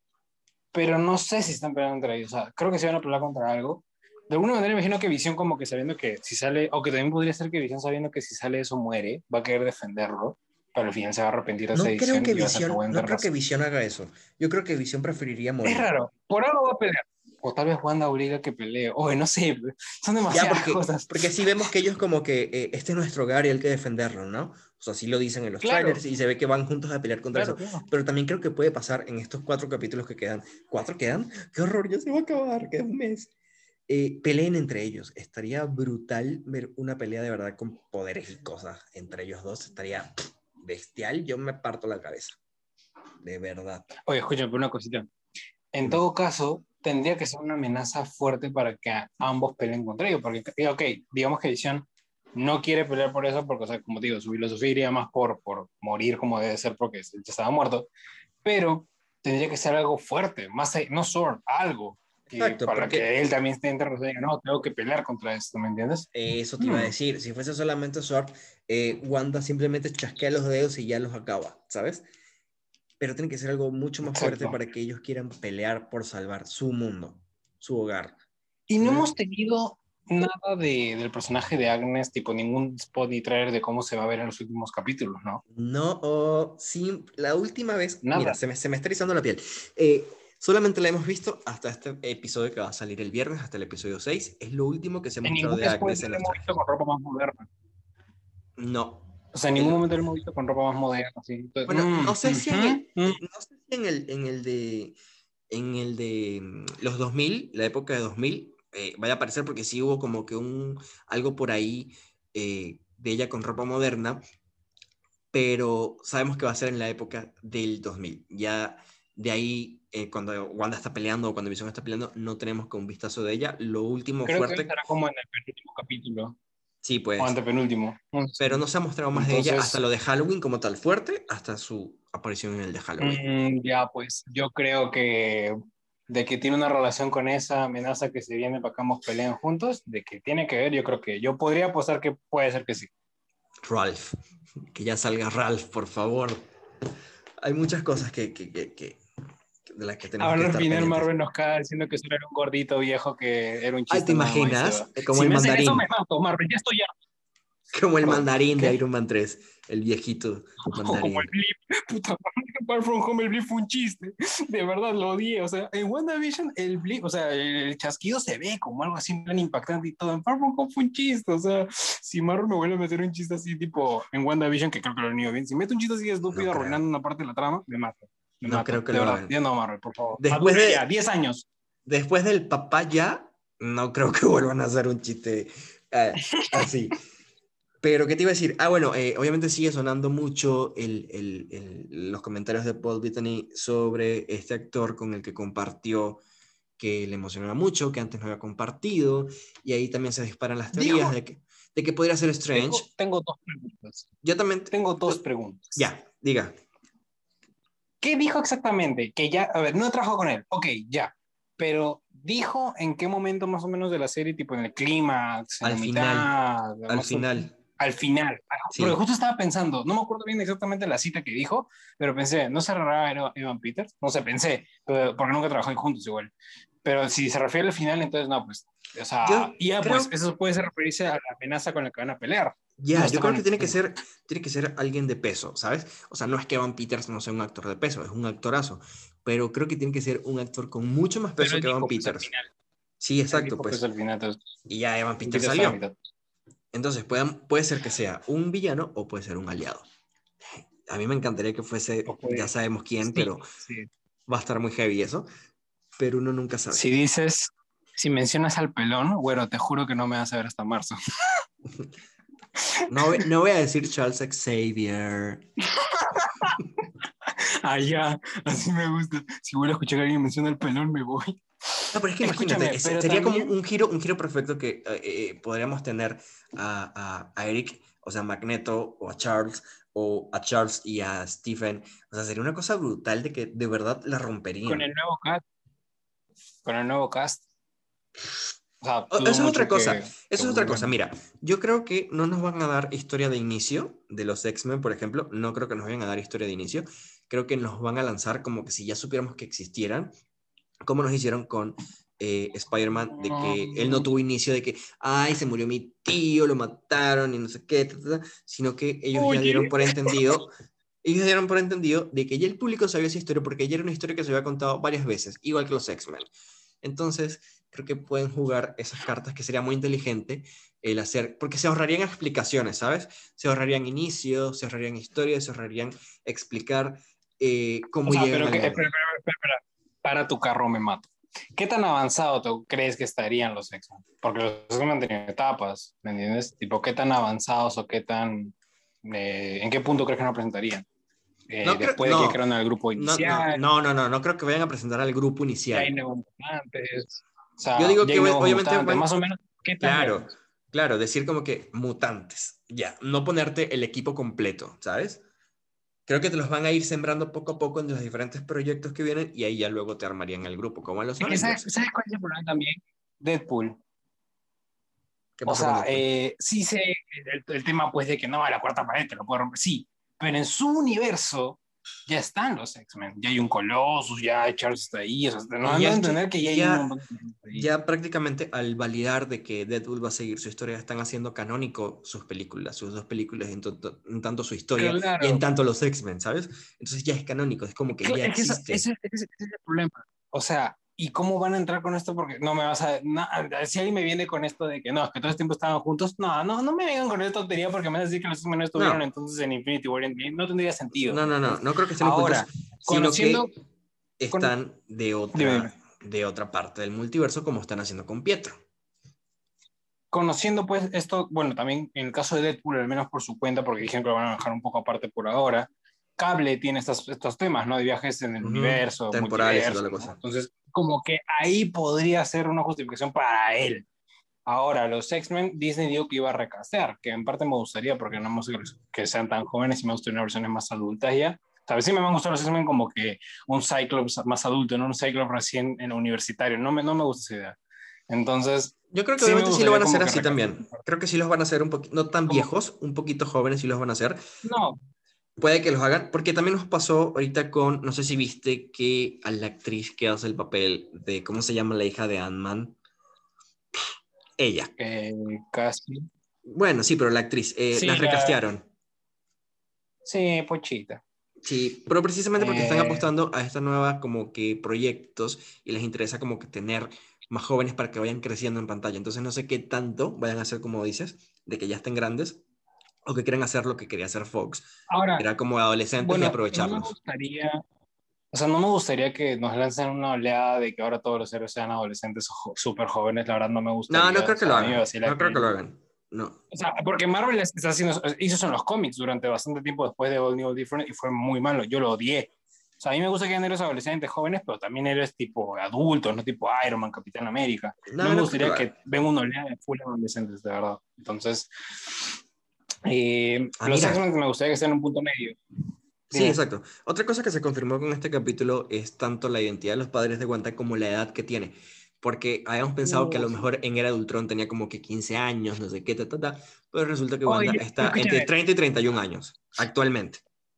Speaker 2: pero no sé si están peleando entre ellos. O sea, creo que se van a pelear contra algo. De alguna manera imagino que Visión como que sabiendo que si sale, o que también podría ser que Visión sabiendo que si sale eso muere, va a querer defenderlo, pero al final se va a arrepentir de esa
Speaker 1: No creo
Speaker 2: decisión
Speaker 1: que
Speaker 2: y va a hacer que
Speaker 1: Visión,
Speaker 2: Wanda
Speaker 1: no
Speaker 2: tenga
Speaker 1: creo que
Speaker 2: razón.
Speaker 1: Visión haga eso. Yo creo que Visión preferiría
Speaker 2: Es
Speaker 1: morir.
Speaker 2: raro, por algo va a pelear. O tal vez Wanda obliga a que pelee. Oye, no sé, son
Speaker 1: Ya,
Speaker 2: demasiadas
Speaker 1: porque,
Speaker 2: cosas.
Speaker 1: porque así vemos que ellos como que eh, este es nuestro hogar y hay que defenderlo, ¿no? O sea, así lo dicen en los
Speaker 2: Claro,
Speaker 1: trailers y se ve que van juntos a pelear contra eso.
Speaker 2: claro, claro.
Speaker 1: Pero también creo que puede pasar en estos cuatro capítulos que quedan. ¿Cuatro quedan? ¡Qué horror! Ya se va a acabar, queda un mes. Eh, peleen entre ellos. Estaría brutal ver una pelea de verdad con poderes y cosas entre ellos dos. Estaría pff, bestial. Yo me parto la cabeza. De verdad.
Speaker 2: Oye, escúchame una cosita. En
Speaker 1: Dime.
Speaker 2: todo caso, tendría que ser una amenaza fuerte para que a- ambos peleen contra ellos. Porque, eh, ok, digamos que Visión no quiere pelear por eso, porque, o sea, como te digo, su filosofía iría más por, por morir como debe ser, porque él ya estaba muerto. Pero tendría que ser algo fuerte, más ahí- no Sword, algo que
Speaker 1: Exacto,
Speaker 2: para
Speaker 1: porque
Speaker 2: que él también esté en razón y diga, no, tengo que pelear contra esto, ¿me entiendes?
Speaker 1: eh, eso te iba a
Speaker 2: Hmm,
Speaker 1: decir. Si fuese solamente Sword, eh, Wanda simplemente chasquea los dedos y ya los acaba, ¿sabes? Pero tiene que ser algo mucho más fuerte
Speaker 2: exacto.
Speaker 1: para que ellos quieran pelear por salvar su mundo, su hogar.
Speaker 2: Y no
Speaker 1: No,
Speaker 2: hemos tenido nada de, del personaje de Agnes, tipo ningún spot ni trailer de cómo se va a ver en los últimos capítulos, ¿no?
Speaker 1: no, oh, sí, la última vez, mira,
Speaker 2: Nada.
Speaker 1: se me, se me está erizando la piel. Eh, solamente la hemos visto hasta este episodio que va a salir el viernes, hasta el episodio seis. Es lo último que se ha
Speaker 2: En
Speaker 1: mostrado
Speaker 2: ningún
Speaker 1: de
Speaker 2: spot
Speaker 1: Agnes en
Speaker 2: le
Speaker 1: los
Speaker 2: hemos visto
Speaker 1: trailers.
Speaker 2: con ropa más moderna.
Speaker 1: No.
Speaker 2: O sea, en ningún
Speaker 1: El,
Speaker 2: momento le hemos visto con ropa más moderna. Así. Entonces,
Speaker 1: bueno,
Speaker 2: mm,
Speaker 1: no sé si en
Speaker 2: ujú,
Speaker 1: el,
Speaker 2: mm.
Speaker 1: eh, no sé si en el, en el de, en el de mm, los dos mil, la época de dos mil, eh, vaya a aparecer porque sí hubo como que un, algo por ahí eh, de ella con ropa moderna, pero sabemos que va a ser en la época del dos mil. Ya de ahí, eh, cuando Wanda está peleando o cuando Visión está peleando, no tenemos que un vistazo de ella. Lo último
Speaker 2: Creo que
Speaker 1: fuerte,
Speaker 2: estará como en el penúltimo capítulo,
Speaker 1: sí,
Speaker 2: o
Speaker 1: pues,
Speaker 2: antepenúltimo. No
Speaker 1: pero
Speaker 2: sé.
Speaker 1: no se ha mostrado más de ella hasta
Speaker 2: Entonces,
Speaker 1: lo de Halloween como tal fuerte, hasta su aparición en el de Halloween.
Speaker 2: mm, ya pues, yo creo que de que tiene una relación con esa amenaza que se viene para que ambos peleen juntos, de que tiene que ver, yo creo que yo podría apostar que puede ser que sí.
Speaker 1: Ralph, que ya salga Ralph, por favor. Hay muchas cosas que, que, que, que- de las que tenemos que
Speaker 2: Ahora al
Speaker 1: estar
Speaker 2: final
Speaker 1: pendientes.
Speaker 2: Marvel nos cae diciendo que solo era un gordito viejo que era un
Speaker 1: Ay, ¿te
Speaker 2: chiste nada más y se
Speaker 1: imaginas?
Speaker 2: va.
Speaker 1: Eh, Como
Speaker 2: Si
Speaker 1: el
Speaker 2: me hacen eso me
Speaker 1: mandarín,
Speaker 2: mato, Marvel, ya estoy ya.
Speaker 1: como el
Speaker 2: Perdón,
Speaker 1: mandarín de
Speaker 2: ¿qué?
Speaker 1: Iron Man tres, el viejito
Speaker 2: O como el
Speaker 1: mandarín.
Speaker 2: blip, puta madre, Far From Home, el blip fue un chiste, de verdad lo odié, o sea, en WandaVision el blip, o sea, el chasquido se ve como algo así tan impactante y todo, en Far From Home fue un chiste, o sea, si Marvel me vuelve a meter un chiste así tipo en WandaVision, que creo que lo han ido bien, si mete un chiste así
Speaker 1: No
Speaker 2: estúpido
Speaker 1: creo.
Speaker 2: arruinando una parte de la trama, me mato, me
Speaker 1: No creo
Speaker 2: mato,
Speaker 1: que
Speaker 2: de
Speaker 1: lo
Speaker 2: verdad,
Speaker 1: hagan.
Speaker 2: ya no Marvel, por favor,
Speaker 1: Después
Speaker 2: madure ya,
Speaker 1: de,
Speaker 2: diez años.
Speaker 1: después del papá ya, no creo que vuelvan a hacer un chiste eh, así. Pero, ¿qué te iba a decir? Ah, bueno, eh, obviamente sigue sonando mucho el, el- el- los comentarios de Paul Bettany sobre este actor con el que compartió, que le emocionaba mucho, que antes no había compartido, y ahí también se disparan las teorías
Speaker 2: Dijo,
Speaker 1: de que, de que podría ser Strange.
Speaker 2: tengo, tengo dos preguntas,
Speaker 1: Yo también, te-
Speaker 2: tengo dos
Speaker 1: yo-
Speaker 2: preguntas.
Speaker 1: ya, diga.
Speaker 2: ¿Qué dijo exactamente? Que ya, a ver, no he trabajado con él, ok, ya, pero dijo en qué momento más o menos de la serie, tipo en el clímax, en
Speaker 1: Al
Speaker 2: la
Speaker 1: final,
Speaker 2: mitad,
Speaker 1: al
Speaker 2: más o-
Speaker 1: final,
Speaker 2: al final, porque
Speaker 1: sí.
Speaker 2: justo estaba pensando, no me acuerdo bien exactamente la cita que dijo, pero pensé, ¿no se cerrará Evan Peters? No sé, pensé, pero- porque nunca trabajé juntos igual, pero si se refiere al final, entonces no, pues, o sea,
Speaker 1: Yo
Speaker 2: y ya, pues,
Speaker 1: creo,
Speaker 2: eso puede ser referirse a la amenaza con la que van a pelear. No
Speaker 1: ya, yo creo que
Speaker 2: estaban
Speaker 1: tiene que
Speaker 2: juntos.
Speaker 1: ser, tiene que ser alguien de peso, ¿sabes? O sea, no es que Evan Peters no sea un actor de peso, es un actorazo, pero creo que tiene que ser un actor con mucho más
Speaker 2: Pero
Speaker 1: peso
Speaker 2: él
Speaker 1: que Evan
Speaker 2: dijo, pues al
Speaker 1: Peters.
Speaker 2: final,
Speaker 1: Sí,
Speaker 2: él
Speaker 1: exacto,
Speaker 2: dijo, pues al
Speaker 1: pues.
Speaker 2: final, entonces,
Speaker 1: Y ya Evan Peters
Speaker 2: Peter está a la
Speaker 1: salió.
Speaker 2: mitad.
Speaker 1: Entonces, puede, puede ser que sea un villano o puede ser un aliado. A mí me encantaría que fuese,
Speaker 2: O
Speaker 1: ya
Speaker 2: puede,
Speaker 1: sabemos quién,
Speaker 2: sí,
Speaker 1: pero
Speaker 2: sí.
Speaker 1: va a estar muy heavy eso, pero uno nunca sabe.
Speaker 2: Si dices, si mencionas al pelón, güero, te juro que no me vas a ver hasta marzo.
Speaker 1: No, no voy a decir Charles Xavier.
Speaker 2: Ah, ya, así me gusta. Si vuelvo a escuchar que alguien menciona el pelón, me voy.
Speaker 1: No, pero es que imagínate,
Speaker 2: Escúchame,
Speaker 1: es-
Speaker 2: pero
Speaker 1: sería como
Speaker 2: también,
Speaker 1: un giro, un giro perfecto que eh, eh, podríamos tener a, a, a Eric, o sea, Magneto, o a Charles, o a Charles y a Stephen. O sea, sería una cosa brutal de que de verdad la
Speaker 2: con el
Speaker 1: romperían.
Speaker 2: nuevo cast, con el nuevo cast, o sea,
Speaker 1: O-
Speaker 2: dudo
Speaker 1: Eso es otra
Speaker 2: mucho
Speaker 1: cosa,
Speaker 2: que, que
Speaker 1: eso es otra cosa.
Speaker 2: vuelvan.
Speaker 1: Mira, yo creo que no nos van a dar historia de inicio de los X-Men, por ejemplo. No creo que nos vayan a dar historia de inicio. Creo que nos van a lanzar como que si ya supiéramos que existieran, como nos hicieron con eh, Spider-Man, de que él no
Speaker 2: Mm,
Speaker 1: tuvo inicio de que, ay, se murió mi tío, lo mataron y no sé qué, ta, ta, ta, sino que ellos ya
Speaker 2: Oye,
Speaker 1: dieron por entendido, ellos dieron por entendido de que ya el público sabía esa historia porque ya era una historia que se había contado varias veces, igual que los X-Men. Entonces, creo que pueden jugar esas cartas que sería muy inteligente el hacer, porque se ahorrarían explicaciones, ¿sabes? Se ahorrarían inicios, se ahorrarían historias, se ahorrarían explicar eh,
Speaker 2: o
Speaker 1: cómo
Speaker 2: sea,
Speaker 1: llegan
Speaker 2: pero
Speaker 1: al
Speaker 2: que, espera,
Speaker 1: mundo.
Speaker 2: espera, espera, espera. Para tu carro me mato. ¿Qué tan avanzado tú crees que estarían los X-Men? Porque los X-Men han tenido etapas, ¿me entiendes? Tipo, ¿qué tan avanzados o qué tan... eh, ¿en qué punto crees que nos presentarían? Eh,
Speaker 1: No creo,
Speaker 2: después de que
Speaker 1: no,
Speaker 2: crearon el grupo
Speaker 1: no, no,
Speaker 2: inicial,
Speaker 1: no, no, no, no creo que vayan a presentar al grupo
Speaker 2: ya hay
Speaker 1: inicial.
Speaker 2: nuevos mutantes, o
Speaker 1: Yo
Speaker 2: sea,
Speaker 1: digo
Speaker 2: ya
Speaker 1: que
Speaker 2: hay
Speaker 1: obvi-
Speaker 2: nuevos
Speaker 1: obviamente
Speaker 2: mutantes,
Speaker 1: van,
Speaker 2: más o menos, ¿qué tan
Speaker 1: claro,
Speaker 2: lejos?
Speaker 1: claro, decir como que mutantes, ya, no ponerte el equipo completo, ¿sabes? Creo que te los van a ir sembrando poco a poco en los diferentes proyectos que vienen y ahí ya luego te armarían el grupo, como a los
Speaker 2: Es que, ¿sabes,
Speaker 1: Avengers.
Speaker 2: ¿sabes cuál es el problema también? Deadpool.
Speaker 1: ¿Qué
Speaker 2: O
Speaker 1: pasó con
Speaker 2: sea,
Speaker 1: Deadpool?
Speaker 2: eh, sí sé el, el tema pues de que no, la cuarta pared te lo puedo romper, sí, pero en su universo ya están los X-Men, ya hay un Colossus, ya hay Charles está ahí, o sea, nos
Speaker 1: Y
Speaker 2: dan
Speaker 1: ya
Speaker 2: a
Speaker 1: estoy,
Speaker 2: entender que ya
Speaker 1: y
Speaker 2: hay un
Speaker 1: ya,
Speaker 2: montón de personas ahí.
Speaker 1: ya prácticamente al validar de que Deadpool va a seguir su historia, están haciendo canónico sus películas, sus dos películas, en, to- en tanto su historia y en
Speaker 2: Claro,
Speaker 1: tanto los X-Men, ¿sabes? Entonces ya es canónico, es como que
Speaker 2: cl-
Speaker 1: ya
Speaker 2: es que eso-
Speaker 1: existe.
Speaker 2: ese, ese- ese es el problema. O sea, ¿y cómo van a entrar con esto? Porque no me vas a... na- si alguien me viene con esto de que no, es que todo este tiempo estaban juntos, no, no, no me vengan con esta tontería porque me vas a decir que los X-Men no estuvieron
Speaker 1: No,
Speaker 2: entonces en Infinity War Endgame, no tendría sentido,
Speaker 1: no,
Speaker 2: ¿me
Speaker 1: no, no,
Speaker 2: entiendes?
Speaker 1: no creo que estén juntos,
Speaker 2: Ahora,
Speaker 1: sino
Speaker 2: conociendo...
Speaker 1: que
Speaker 2: Con,
Speaker 1: están de
Speaker 2: dime,
Speaker 1: otra,
Speaker 2: dime.
Speaker 1: de otra parte del multiverso como están haciendo con Pietro.
Speaker 2: conociendo pues esto, bueno, también en el caso de Deadpool, al menos por su cuenta, porque dijeron que lo van a dejar un poco aparte por ahora, Cable tiene estos, estos temas, ¿no? De viajes en el
Speaker 1: Ujú,
Speaker 2: universo,
Speaker 1: temporales y toda
Speaker 2: multiverso,
Speaker 1: la
Speaker 2: ¿no?
Speaker 1: cosa.
Speaker 2: Entonces, como que ahí podría ser una justificación para él. Ahora, los X-Men, Disney dijo que iba a recastear, que en parte me gustaría, porque no me gusta que, que sean tan jóvenes y me gustaría versiones más adultas ya. A veces me van a gustar los X-Men como que un Cyclops más adulto, no un Cyclops recién en universitario. No me, no me gusta esa idea. Entonces,
Speaker 1: Yo creo que
Speaker 2: sí me
Speaker 1: obviamente sí lo
Speaker 2: gustaría
Speaker 1: van a hacer
Speaker 2: como que
Speaker 1: así
Speaker 2: recastear.
Speaker 1: también. Creo que sí los van a hacer un poquito, no tan
Speaker 2: Como,
Speaker 1: viejos, un poquito jóvenes sí los van a hacer.
Speaker 2: no,
Speaker 1: Puede que los hagan, porque también nos pasó ahorita con, no sé si viste que a la actriz que hace el papel de, ¿cómo se llama la hija de Ant-Man? Ella.
Speaker 2: eh, casi.
Speaker 1: Bueno, sí, pero la actriz, eh, la
Speaker 2: Sí, la,
Speaker 1: recastearon.
Speaker 2: sí, Pochita.
Speaker 1: Sí, pero precisamente porque están
Speaker 2: Eh,
Speaker 1: apostando a esta nueva como que proyectos y les interesa como que tener más jóvenes para que vayan creciendo en pantalla. Entonces no sé qué tanto vayan a hacer como dices, de que ya estén grandes o que quieran hacer lo que quería hacer Fox, que
Speaker 2: ahora,
Speaker 1: era como adolescentes y
Speaker 2: bueno, no me
Speaker 1: aprovecharlos.
Speaker 2: gustaría, o sea, no me gustaría que nos lancen una oleada de que ahora todos los héroes sean adolescentes o jo- súper jóvenes, la verdad no me
Speaker 1: No, no
Speaker 2: gustaría, o
Speaker 1: creo que lo
Speaker 2: sea, a mí me
Speaker 1: hagan.
Speaker 2: vacila
Speaker 1: No creo
Speaker 2: que...
Speaker 1: que lo hagan. No.
Speaker 2: O sea, porque Marvel es- está haciendo, hizo eso en los cómics durante bastante tiempo después de All New All Different y fue muy malo, yo lo odié. O sea, a mí me gusta que hayan héroes adolescentes jóvenes, pero también héroes tipo adultos, no tipo Iron Man, Capitán América. No
Speaker 1: No,
Speaker 2: me
Speaker 1: no creo que
Speaker 2: gustaría
Speaker 1: lo hagan.
Speaker 2: que venga una oleada de full adolescentes, de verdad. Entonces, eh,
Speaker 1: Ah,
Speaker 2: los
Speaker 1: mira.
Speaker 2: X-Men me gustaría que estén en un punto medio.
Speaker 1: Sí,
Speaker 2: Dime.
Speaker 1: exacto. Otra cosa que se confirmó con este capítulo es tanto la identidad de los padres de Wanda como la edad que tiene. Porque habíamos pensado que a
Speaker 2: Uh,
Speaker 1: lo
Speaker 2: sí.
Speaker 1: mejor en Era de Ultron tenía como que quince años, no sé qué, ta, ta, ta, pero resulta que Wanda
Speaker 2: Oye,
Speaker 1: está entre
Speaker 2: escúchame,
Speaker 1: treinta y treinta y un años actualmente.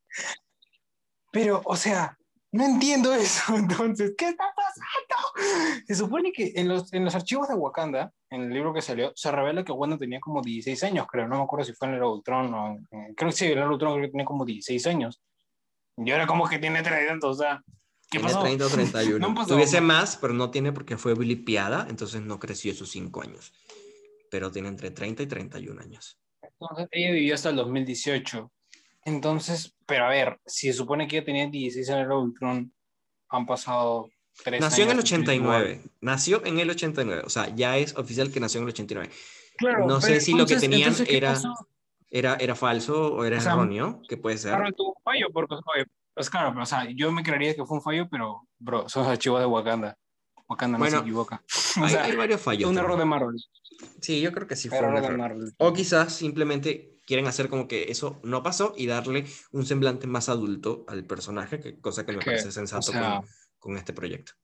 Speaker 2: pero, o sea, no entiendo eso. Entonces, ¿qué está pasando? Se supone que en los, en los archivos de Wakanda, en el libro que salió, se revela que Wanda tenía como dieciséis años, creo. No me acuerdo si fue en el Ultron o... en- creo que sí, en el Ultron creo que tenía como dieciséis años. Y ahora como que tiene treinta, o sea, ¿qué
Speaker 1: Tiene
Speaker 2: pasó?
Speaker 1: treinta o
Speaker 2: No han
Speaker 1: treinta y uno.
Speaker 2: pasado
Speaker 1: Tuviese
Speaker 2: más.
Speaker 1: más, pero no tiene porque fue blipeada, entonces no creció sus cinco años. Pero tiene entre treinta y treinta y un años.
Speaker 2: Entonces, ella vivió hasta el dos mil dieciocho. Entonces, pero a ver, si se supone que ella tenía dieciséis en el Ultron, han pasado tres
Speaker 1: Nació en el
Speaker 2: años y
Speaker 1: ochenta y
Speaker 2: igual.
Speaker 1: nueve. Nació en el ochenta y nueve. O sea, ya es oficial que nació en el ochenta y nueve.
Speaker 2: Claro,
Speaker 1: No
Speaker 2: pero
Speaker 1: sé si lo que
Speaker 2: entonces,
Speaker 1: tenían
Speaker 2: entonces, ¿qué
Speaker 1: era,
Speaker 2: pasó?
Speaker 1: era, era falso o era
Speaker 2: O sea,
Speaker 1: erróneo, que puede ser.
Speaker 2: Marvel tuvo un fallo, porque, oye, pues claro, pero, o sea, yo me creería que fue un fallo, pero, bro, son los archivos de Wakanda. Wakanda no se
Speaker 1: Bueno,
Speaker 2: equivoca. O
Speaker 1: hay,
Speaker 2: sea,
Speaker 1: hay varios fallos
Speaker 2: un error
Speaker 1: también.
Speaker 2: de Marvel.
Speaker 1: Sí, yo creo que sí fue un
Speaker 2: Error de
Speaker 1: error.
Speaker 2: Marvel.
Speaker 1: O quizás simplemente quieren hacer como que eso no pasó y darle un semblante más adulto al personaje, que, cosa que
Speaker 2: Es
Speaker 1: me
Speaker 2: que,
Speaker 1: parece
Speaker 2: o
Speaker 1: sensato con,
Speaker 2: sea,
Speaker 1: con este proyecto.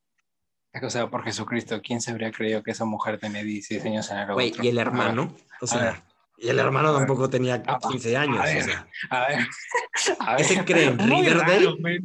Speaker 2: es que, o sea, por Jesucristo, ¿quién se habría creído que esa mujer tenía dieciséis años en el
Speaker 1: Güey, y
Speaker 2: otro?
Speaker 1: el
Speaker 2: A ver,
Speaker 1: hermano, o
Speaker 2: a ver,
Speaker 1: sea, y el hermano
Speaker 2: a ver,
Speaker 1: tampoco tenía
Speaker 2: a,
Speaker 1: quince
Speaker 2: a
Speaker 1: años, o
Speaker 2: ver,
Speaker 1: sea,
Speaker 2: a ver, a
Speaker 1: ¿qué se
Speaker 2: ver,
Speaker 1: creen?
Speaker 2: muy
Speaker 1: ¿Riverdale?
Speaker 2: raro, men.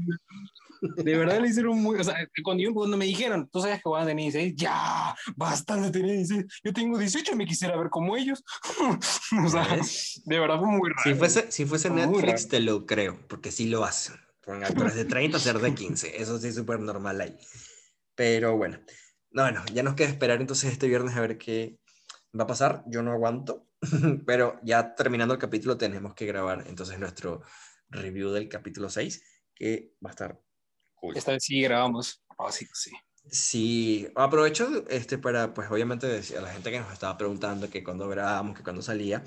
Speaker 2: De verdad le hicieron muy. O sea, cuando, yo, cuando me dijeron, tú sabes que van a tener dieciséis, ya, bastante tener dieciséis. Yo tengo dieciocho y me quisiera ver como ellos. O
Speaker 1: ¿Ya
Speaker 2: sea,
Speaker 1: ves?
Speaker 2: de verdad fue muy
Speaker 1: Si
Speaker 2: raro.
Speaker 1: fuese, si fuese
Speaker 2: Fue muy
Speaker 1: Netflix,
Speaker 2: raro.
Speaker 1: te lo creo, porque sí lo hacen. Con actores de treinta ser de quince. Eso sí es súper normal ahí. Pero bueno, no, bueno, ya nos queda esperar entonces este viernes a ver qué va a pasar. Yo no aguanto, pero ya terminando el capítulo tenemos que grabar entonces nuestro review del capítulo seis, que va a estar cool.
Speaker 2: Esta vez sí grabamos. Oh, sí, sí.
Speaker 1: Sí, aprovecho este para, pues obviamente decir a la gente que nos estaba preguntando que cuando grabábamos, que cuando salía,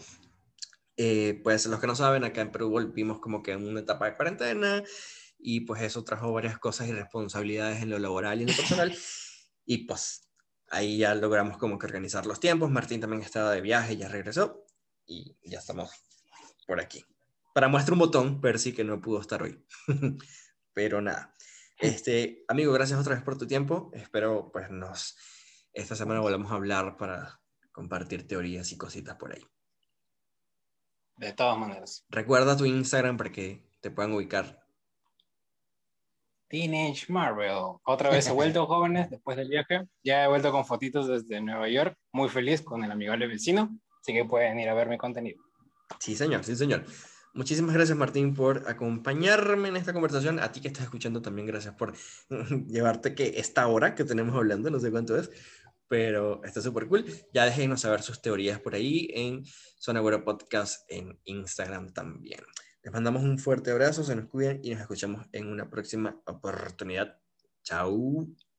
Speaker 1: eh, pues los que no saben, acá en Perú volvimos como que en una etapa de cuarentena y pues eso trajo varias cosas y responsabilidades en lo laboral y en lo personal y pues ahí ya logramos como que organizar los tiempos. Martín también estaba de viaje, ya regresó y ya estamos por aquí. Para muestra un botón, Percy, que no pudo estar hoy. Pero nada. Este, amigo, gracias otra vez por tu tiempo. Espero pues nos esta semana volvamos a hablar para compartir teorías y cositas por ahí.
Speaker 2: De todas maneras.
Speaker 1: Recuerda tu Instagram para que te puedan ubicar.
Speaker 2: Teenage Marvel. Otra vez he vuelto, jóvenes, después del viaje. Ya he vuelto con fotitos desde Nueva York. Muy feliz con el amigable vecino. Así que pueden ir a ver mi contenido.
Speaker 1: Sí, señor, sí, señor. Muchísimas gracias, Martín, por acompañarme en esta conversación. A ti que estás escuchando también, gracias por llevarte que esta hora que tenemos hablando, no sé cuánto es, pero está súper cool. Ya déjenos saber sus teorías por ahí en Zona Güero Podcast en Instagram también. Les mandamos un fuerte abrazo, se nos cuidan y nos escuchamos en una próxima oportunidad. Chao.